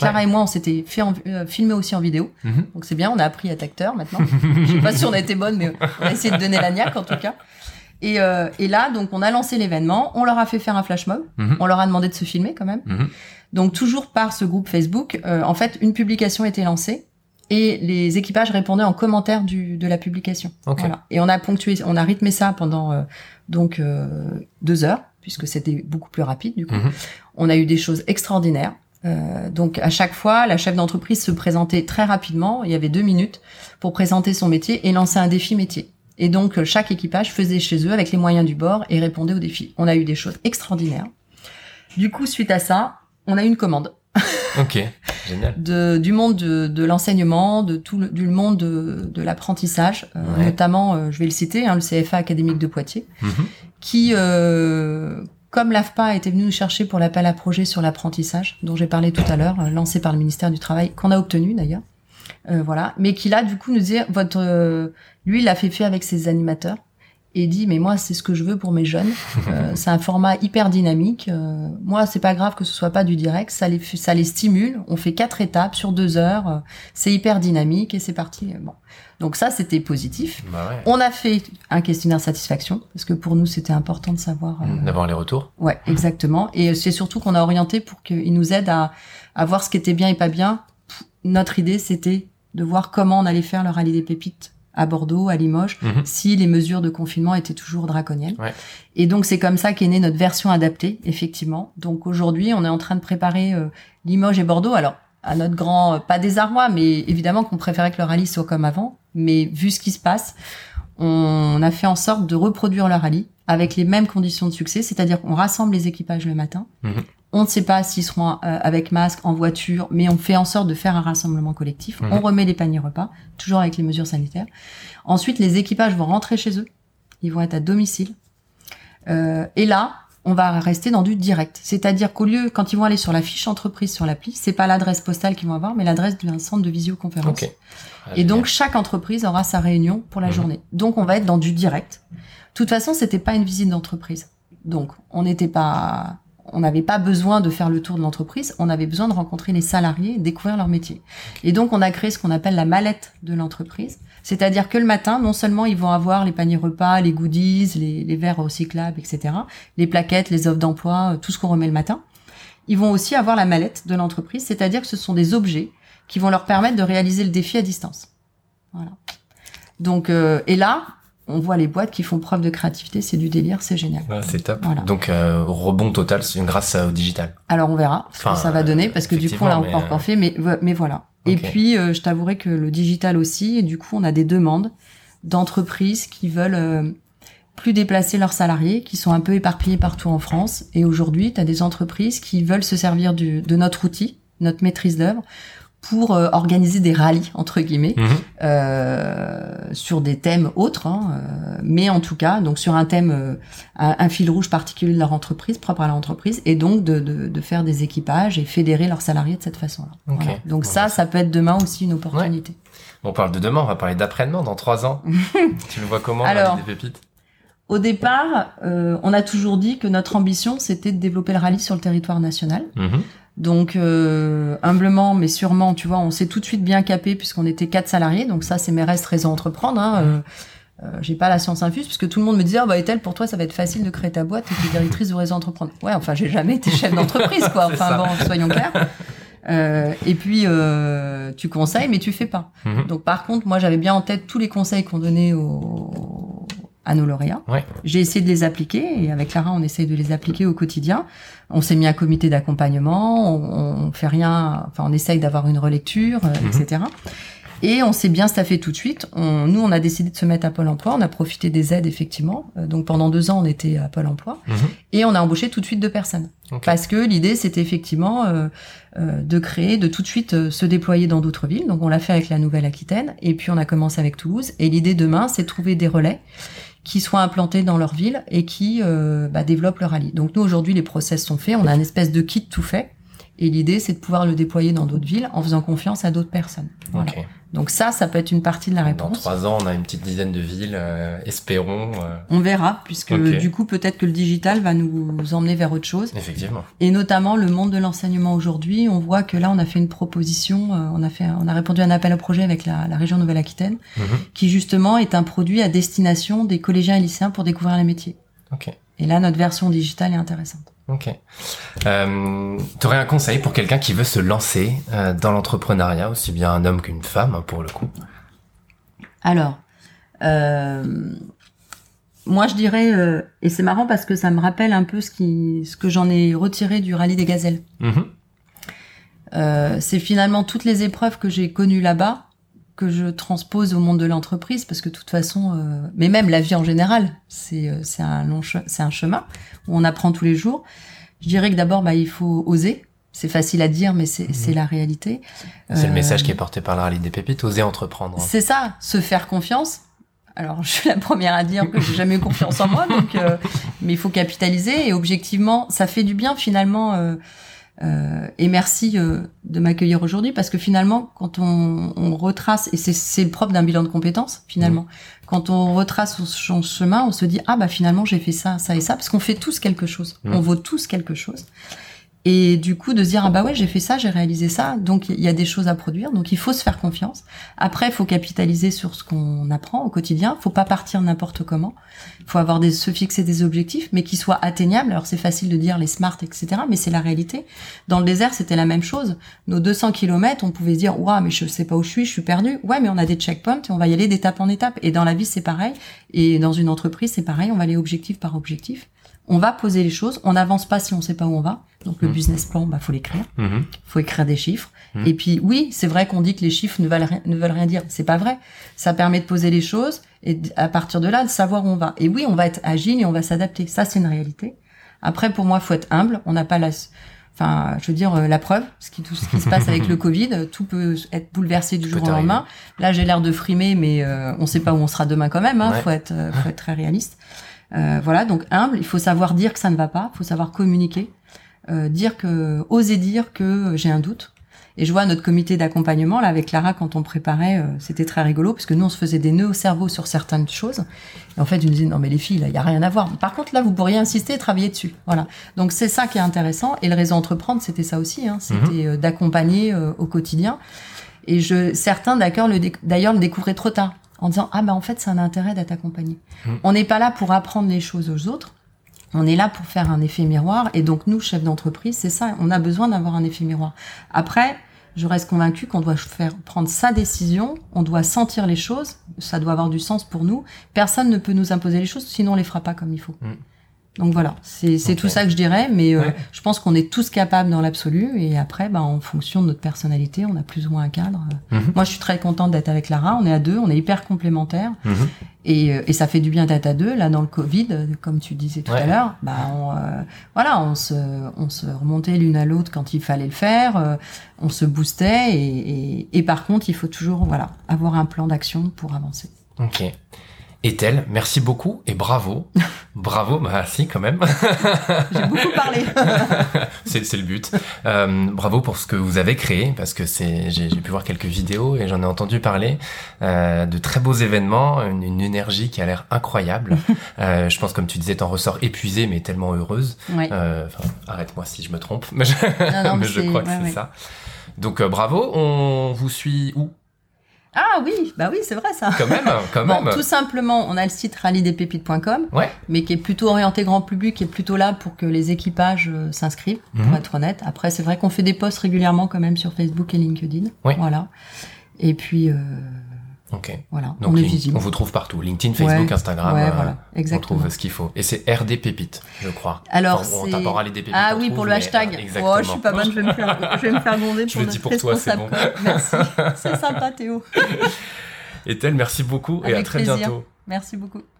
Clara Ouais. et moi, on s'était fait en, euh, filmer aussi en vidéo. Mm-hmm. Donc c'est bien, on a appris à être acteur maintenant. Je sais pas si on a été bonne, mais on a essayé de donner la niaque en tout cas. Et, euh, et là, donc on a lancé l'événement, on leur a fait faire un flash mob, Mm-hmm. on leur a demandé de se filmer quand même. Mm-hmm. Donc toujours par ce groupe Facebook, euh, en fait, une publication était lancée et les équipages répondaient en commentaire du, de la publication. Okay. Voilà. Et on a ponctué, on a rythmé ça pendant euh, donc euh, deux heures, puisque c'était beaucoup plus rapide du coup. Mm-hmm. On a eu des choses extraordinaires. Euh, donc à chaque fois, la chef d'entreprise se présentait très rapidement. Il y avait deux minutes pour présenter son métier et lancer un défi métier. Et donc chaque équipage faisait chez eux avec les moyens du bord et répondait aux défis. On a eu des choses extraordinaires. Du coup, suite à ça, on a eu une commande. Ok, génial. De, du monde de, de l'enseignement, de tout le, du monde de, de l'apprentissage, euh, Ouais. notamment, euh, je vais le citer, hein, le C F A académique de Poitiers, Mm-hmm. qui, euh, comme l'A F P A était venu nous chercher pour l'appel à projet sur l'apprentissage, dont j'ai parlé tout à l'heure, euh, lancé par le ministère du Travail, qu'on a obtenu d'ailleurs, euh, voilà, mais qui là, du coup, nous disait, votre, euh, lui, il l'a fait fait avec ses animateurs, et dit, mais moi, c'est ce que je veux pour mes jeunes. Euh, c'est un format hyper dynamique. Euh, moi, c'est pas grave que ce soit pas du direct. Ça les, ça les stimule. On fait quatre étapes sur deux heures. Euh, c'est hyper dynamique et c'est parti. Bon. Donc ça, c'était positif. Bah ouais. On a fait un questionnaire satisfaction parce que pour nous, c'était important de savoir. Euh, D'avoir les retours. Ouais, exactement. Et c'est surtout qu'on a orienté pour qu'ils nous aident à, à voir ce qui était bien et pas bien. Notre idée, c'était de voir comment on allait faire le rallye des pépites à Bordeaux, à Limoges, Mm-hmm. si les mesures de confinement étaient toujours draconiennes. Ouais. Et donc, c'est comme ça qu'est née notre version adaptée, effectivement. Donc, aujourd'hui, on est en train de préparer euh, Limoges et Bordeaux. Alors, à notre grand, euh, pas désarroi, mais évidemment qu'on préférait que le rallye soit comme avant. Mais vu ce qui se passe, on a fait en sorte de reproduire le rallye avec les mêmes conditions de succès, c'est-à-dire qu'on rassemble les équipages le matin. Mm-hmm. On ne sait pas s'ils seront euh, avec masque, en voiture, mais on fait en sorte de faire un rassemblement collectif. Mmh. On remet les paniers repas, toujours avec les mesures sanitaires. Ensuite, les équipages vont rentrer chez eux. Ils vont être à domicile. Euh, et là, on va rester dans du direct. C'est-à-dire qu'au lieu, quand ils vont aller sur la fiche entreprise sur l'appli, c'est pas l'adresse postale qu'ils vont avoir, mais l'adresse d'un centre de visioconférence. Okay. Ah, et donc, chaque entreprise aura sa réunion pour la mmh. journée. Donc, on va être dans du direct. De toute façon, c'était pas une visite d'entreprise. Donc, on n'était pas... On n'avait pas besoin de faire le tour de l'entreprise, on avait besoin de rencontrer les salariés et découvrir leur métier. Et donc, on a créé ce qu'on appelle la mallette de l'entreprise. C'est-à-dire que le matin, non seulement ils vont avoir les paniers repas, les goodies, les, les verres recyclables, et cetera, les plaquettes, les offres d'emploi, tout ce qu'on remet le matin. Ils vont aussi avoir la mallette de l'entreprise, c'est-à-dire que ce sont des objets qui vont leur permettre de réaliser le défi à distance. Voilà. Donc, euh, et là... on voit les boîtes qui font preuve de créativité, c'est du délire, c'est génial. Ouais, c'est top. Voilà. Donc, euh, rebond total grâce au digital. Alors, on verra ce enfin, que ça va donner, parce que du coup, on l'a mais... encore fait, mais, mais voilà. Okay. Et puis, euh, je t'avouerai que le digital aussi, et du coup, on a des demandes d'entreprises qui veulent euh, plus déplacer leurs salariés, qui sont un peu éparpillés partout en France. Et aujourd'hui, tu as des entreprises qui veulent se servir du, de notre outil, notre maîtrise d'œuvre, pour euh, organiser des rallyes, entre guillemets, mmh. euh, sur des thèmes autres, hein, euh, mais en tout cas, donc sur un thème, euh, un, un fil rouge particulier de leur entreprise, propre à l'entreprise, et donc de, de, de faire des équipages et fédérer leurs salariés de cette façon-là. Okay. Voilà. Donc bon, ça, ça peut être demain aussi une opportunité. Ouais. On parle de demain, on va parler d'après-demain, dans trois ans. Tu le vois comment, Alors, des pépites? Au départ, euh, on a toujours dit que notre ambition, c'était de développer le rallye sur le territoire national. Mmh. Donc, euh, humblement, mais sûrement, tu vois, on s'est tout de suite bien capé puisqu'on était quatre salariés. Donc ça, c'est mes restes raisons à entreprendre. Hein. Euh, euh, j'ai pas la science infuse puisque tout le monde me disait, ah, bah, Ethel, pour toi, ça va être facile de créer ta boîte et tu es directrice de réseau entreprendre. Ouais, enfin, j'ai jamais été chef d'entreprise, quoi. Enfin, bon, soyons clairs. Euh, et puis, euh, tu conseilles, mais tu fais pas. Mm-hmm. Donc, par contre, moi, j'avais bien en tête tous les conseils qu'on donnait aux, à nos lauréats. Ouais. J'ai essayé de les appliquer et avec Clara, on essaye de les appliquer au quotidien. On s'est mis un comité d'accompagnement, on, on fait rien, enfin, on essaye d'avoir une relecture, euh, mm-hmm. et cetera. Et on s'est bien staffé tout de suite. On, nous, on a décidé de se mettre à Pôle emploi. On a profité des aides, effectivement. Euh, donc, pendant deux ans, on était à Pôle emploi. Mmh. Et on a embauché tout de suite deux personnes. Okay. Parce que l'idée, c'était effectivement euh, euh, de créer, de tout de suite euh, se déployer dans d'autres villes. Donc, on l'a fait avec la Nouvelle-Aquitaine. Et puis, on a commencé avec Toulouse. Et l'idée demain, c'est de trouver des relais qui soient implantés dans leur ville et qui euh, bah, développent le rallye. Donc, nous, aujourd'hui, les process sont faits. On a une espèce de kit tout fait. Et l'idée, c'est de pouvoir le déployer dans d'autres villes en faisant confiance à d'autres personnes. Voilà. Okay. Donc ça, ça peut être une partie de la réponse. Dans trois ans, on a une petite dizaine de villes, euh, espérons. Euh... On verra, puisque okay. du coup, peut-être que le digital va nous emmener vers autre chose. Effectivement. Et notamment le monde de l'enseignement aujourd'hui, on voit que là, on a fait une proposition, euh, on a fait, on a répondu à un appel au projet avec la, la région Nouvelle-Aquitaine, mm-hmm. qui justement est un produit à destination des collégiens et lycéens pour découvrir les métiers. Okay. Et là, notre version digitale est intéressante. Ok. Euh, tu aurais un conseil pour quelqu'un qui veut se lancer euh, dans l'entrepreneuriat, aussi bien un homme qu'une femme, hein, pour le coup? Alors, euh, moi je dirais, euh, et c'est marrant parce que ça me rappelle un peu ce, qui, ce que j'en ai retiré du rallye des gazelles. Mmh. Euh, c'est finalement toutes les épreuves que j'ai connues là-bas que je transpose au monde de l'entreprise, parce que de toute façon, euh, mais même la vie en général, c'est euh, c'est un long che- c'est un chemin où on apprend tous les jours. Je dirais que d'abord, bah il faut oser. C'est facile à dire, mais c'est, mmh. c'est la réalité. C'est euh, le message qui est porté par la Rallye des Pépites, oser entreprendre. C'est ça, se faire confiance. Alors, je suis la première à dire que j'ai jamais eu confiance en moi, donc, euh, mais il faut capitaliser. Et objectivement, ça fait du bien finalement. Euh, Euh, et merci euh, de m'accueillir aujourd'hui, parce que finalement, quand on, on retrace, et c'est, c'est le propre d'un bilan de compétences, finalement, mmh. quand on retrace son chemin, on se dit, ah bah finalement j'ai fait ça, ça et ça, parce qu'on fait tous quelque chose, mmh. on vaut tous quelque chose. Et du coup, de se dire, ah bah ouais, j'ai fait ça, j'ai réalisé ça, donc il y a des choses à produire, donc il faut se faire confiance. Après, il faut capitaliser sur ce qu'on apprend au quotidien, faut pas partir n'importe comment, il faut avoir des, se fixer des objectifs, mais qui soient atteignables. Alors c'est facile de dire les smart, et cetera, mais c'est la réalité. Dans le désert, c'était la même chose. Nos deux cents kilomètres, on pouvait se dire, ouah, mais je sais pas où je suis, je suis perdu. Ouais, mais on a des checkpoints et on va y aller d'étape en étape. Et dans la vie, c'est pareil. Et dans une entreprise, c'est pareil, on va aller objectif par objectif. On va poser les choses, on n'avance pas si on sait pas où on va. Donc le mmh. business plan, bah faut l'écrire. Mmh. Faut écrire des chiffres. Mmh. Et puis oui, c'est vrai qu'on dit que les chiffres ne veulent rien, ne veulent rien dire. C'est pas vrai. Ça permet de poser les choses et à partir de là de savoir où on va. Et oui, on va être agile et on va s'adapter. Ça, c'est une réalité. Après, pour moi, faut être humble. On n'a pas la, enfin, je veux dire la preuve. Ce qui tout ce qui se passe avec le Covid, tout peut être bouleversé du jour au lendemain. Là, j'ai l'air de frimer, mais euh, on sait pas où on sera demain quand même. Hein. Ouais. Faut être, euh, faut être très réaliste. Euh, voilà, donc humble, il faut savoir dire que ça ne va pas, il faut savoir communiquer, euh, dire que, oser dire que j'ai un doute. Et je vois notre comité d'accompagnement, là, avec Clara, quand on préparait, euh, c'était très rigolo, parce que nous, on se faisait des nœuds au cerveau sur certaines choses. Et en fait, je me disais, non, mais les filles, là, il y a rien à voir. Par contre, là, vous pourriez insister et travailler dessus. Voilà. Donc, c'est ça qui est intéressant. Et le réseau Entreprendre, c'était ça aussi, hein. C'était euh, d'accompagner euh, au quotidien. Et je, certains, d'ailleurs, le, dé- d'ailleurs, le découvraient trop tard, en disant, ah bah en fait, c'est un intérêt d'être accompagné. Mmh. On n'est pas là pour apprendre les choses aux autres, on est là pour faire un effet miroir. Et donc, nous, chefs d'entreprise, c'est ça, on a besoin d'avoir un effet miroir. Après, je reste convaincue qu'on doit faire prendre sa décision, on doit sentir les choses, ça doit avoir du sens pour nous. Personne ne peut nous imposer les choses, sinon on les fera pas comme il faut. Mmh. Donc voilà, c'est, c'est okay. tout ça que je dirais, mais euh, ouais. je pense qu'on est tous capables dans l'absolu, et après, bah, en fonction de notre personnalité, on a plus ou moins un cadre. Mm-hmm. Moi, je suis très contente d'être avec Lara, on est à deux, on est hyper complémentaires, mm-hmm. et, et ça fait du bien d'être à deux. Là, dans le Covid, comme tu disais tout ouais. à l'heure, bah, on, euh, voilà, on se, on se remontait l'une à l'autre quand il fallait le faire, euh, on se boostait, et, et, et par contre, il faut toujours, voilà, avoir un plan d'action pour avancer. Ok. Ethel, merci beaucoup et bravo. Bravo, bah si quand même. J'ai beaucoup parlé. c'est, c'est le but. Euh, bravo pour ce que vous avez créé, parce que c'est, j'ai, j'ai pu voir quelques vidéos et j'en ai entendu parler. Euh, de très beaux événements, une, une énergie qui a l'air incroyable. euh, je pense, comme tu disais, t'en ressors épuisée mais tellement heureuse. Oui. Euh, arrête-moi si je me trompe, mais je, non, non, mais mais je crois que ouais, c'est ouais. ça. Donc euh, bravo, on vous suit où ? Ah oui, bah oui, c'est vrai ça. Quand même, quand bon, même. Tout simplement, on a le site rallye des pépites point com, ouais. mais qui est plutôt orienté grand public, qui est plutôt là pour que les équipages euh, s'inscrivent, mmh. pour être honnête. Après, c'est vrai qu'on fait des posts régulièrement quand même sur Facebook et LinkedIn. Oui. Voilà. Et puis, euh, ok. Voilà, donc on est link, visible. On vous trouve partout. LinkedIn, Facebook, ouais. Instagram. Ouais, euh, voilà. Exactement. On trouve ce qu'il faut. Et c'est R D Pépites, je crois. Alors, enfin, c'est... on tapera les Pépites. Ah oui, trouve, pour le hashtag. Mais, euh, oh, je suis pas bonne, je vais me faire, je vais me faire gronder pour je le dis pour toi, c'est bon. Merci. C'est sympa, Théo. Ethel, merci beaucoup. Avec et à très plaisir. bientôt. Merci beaucoup.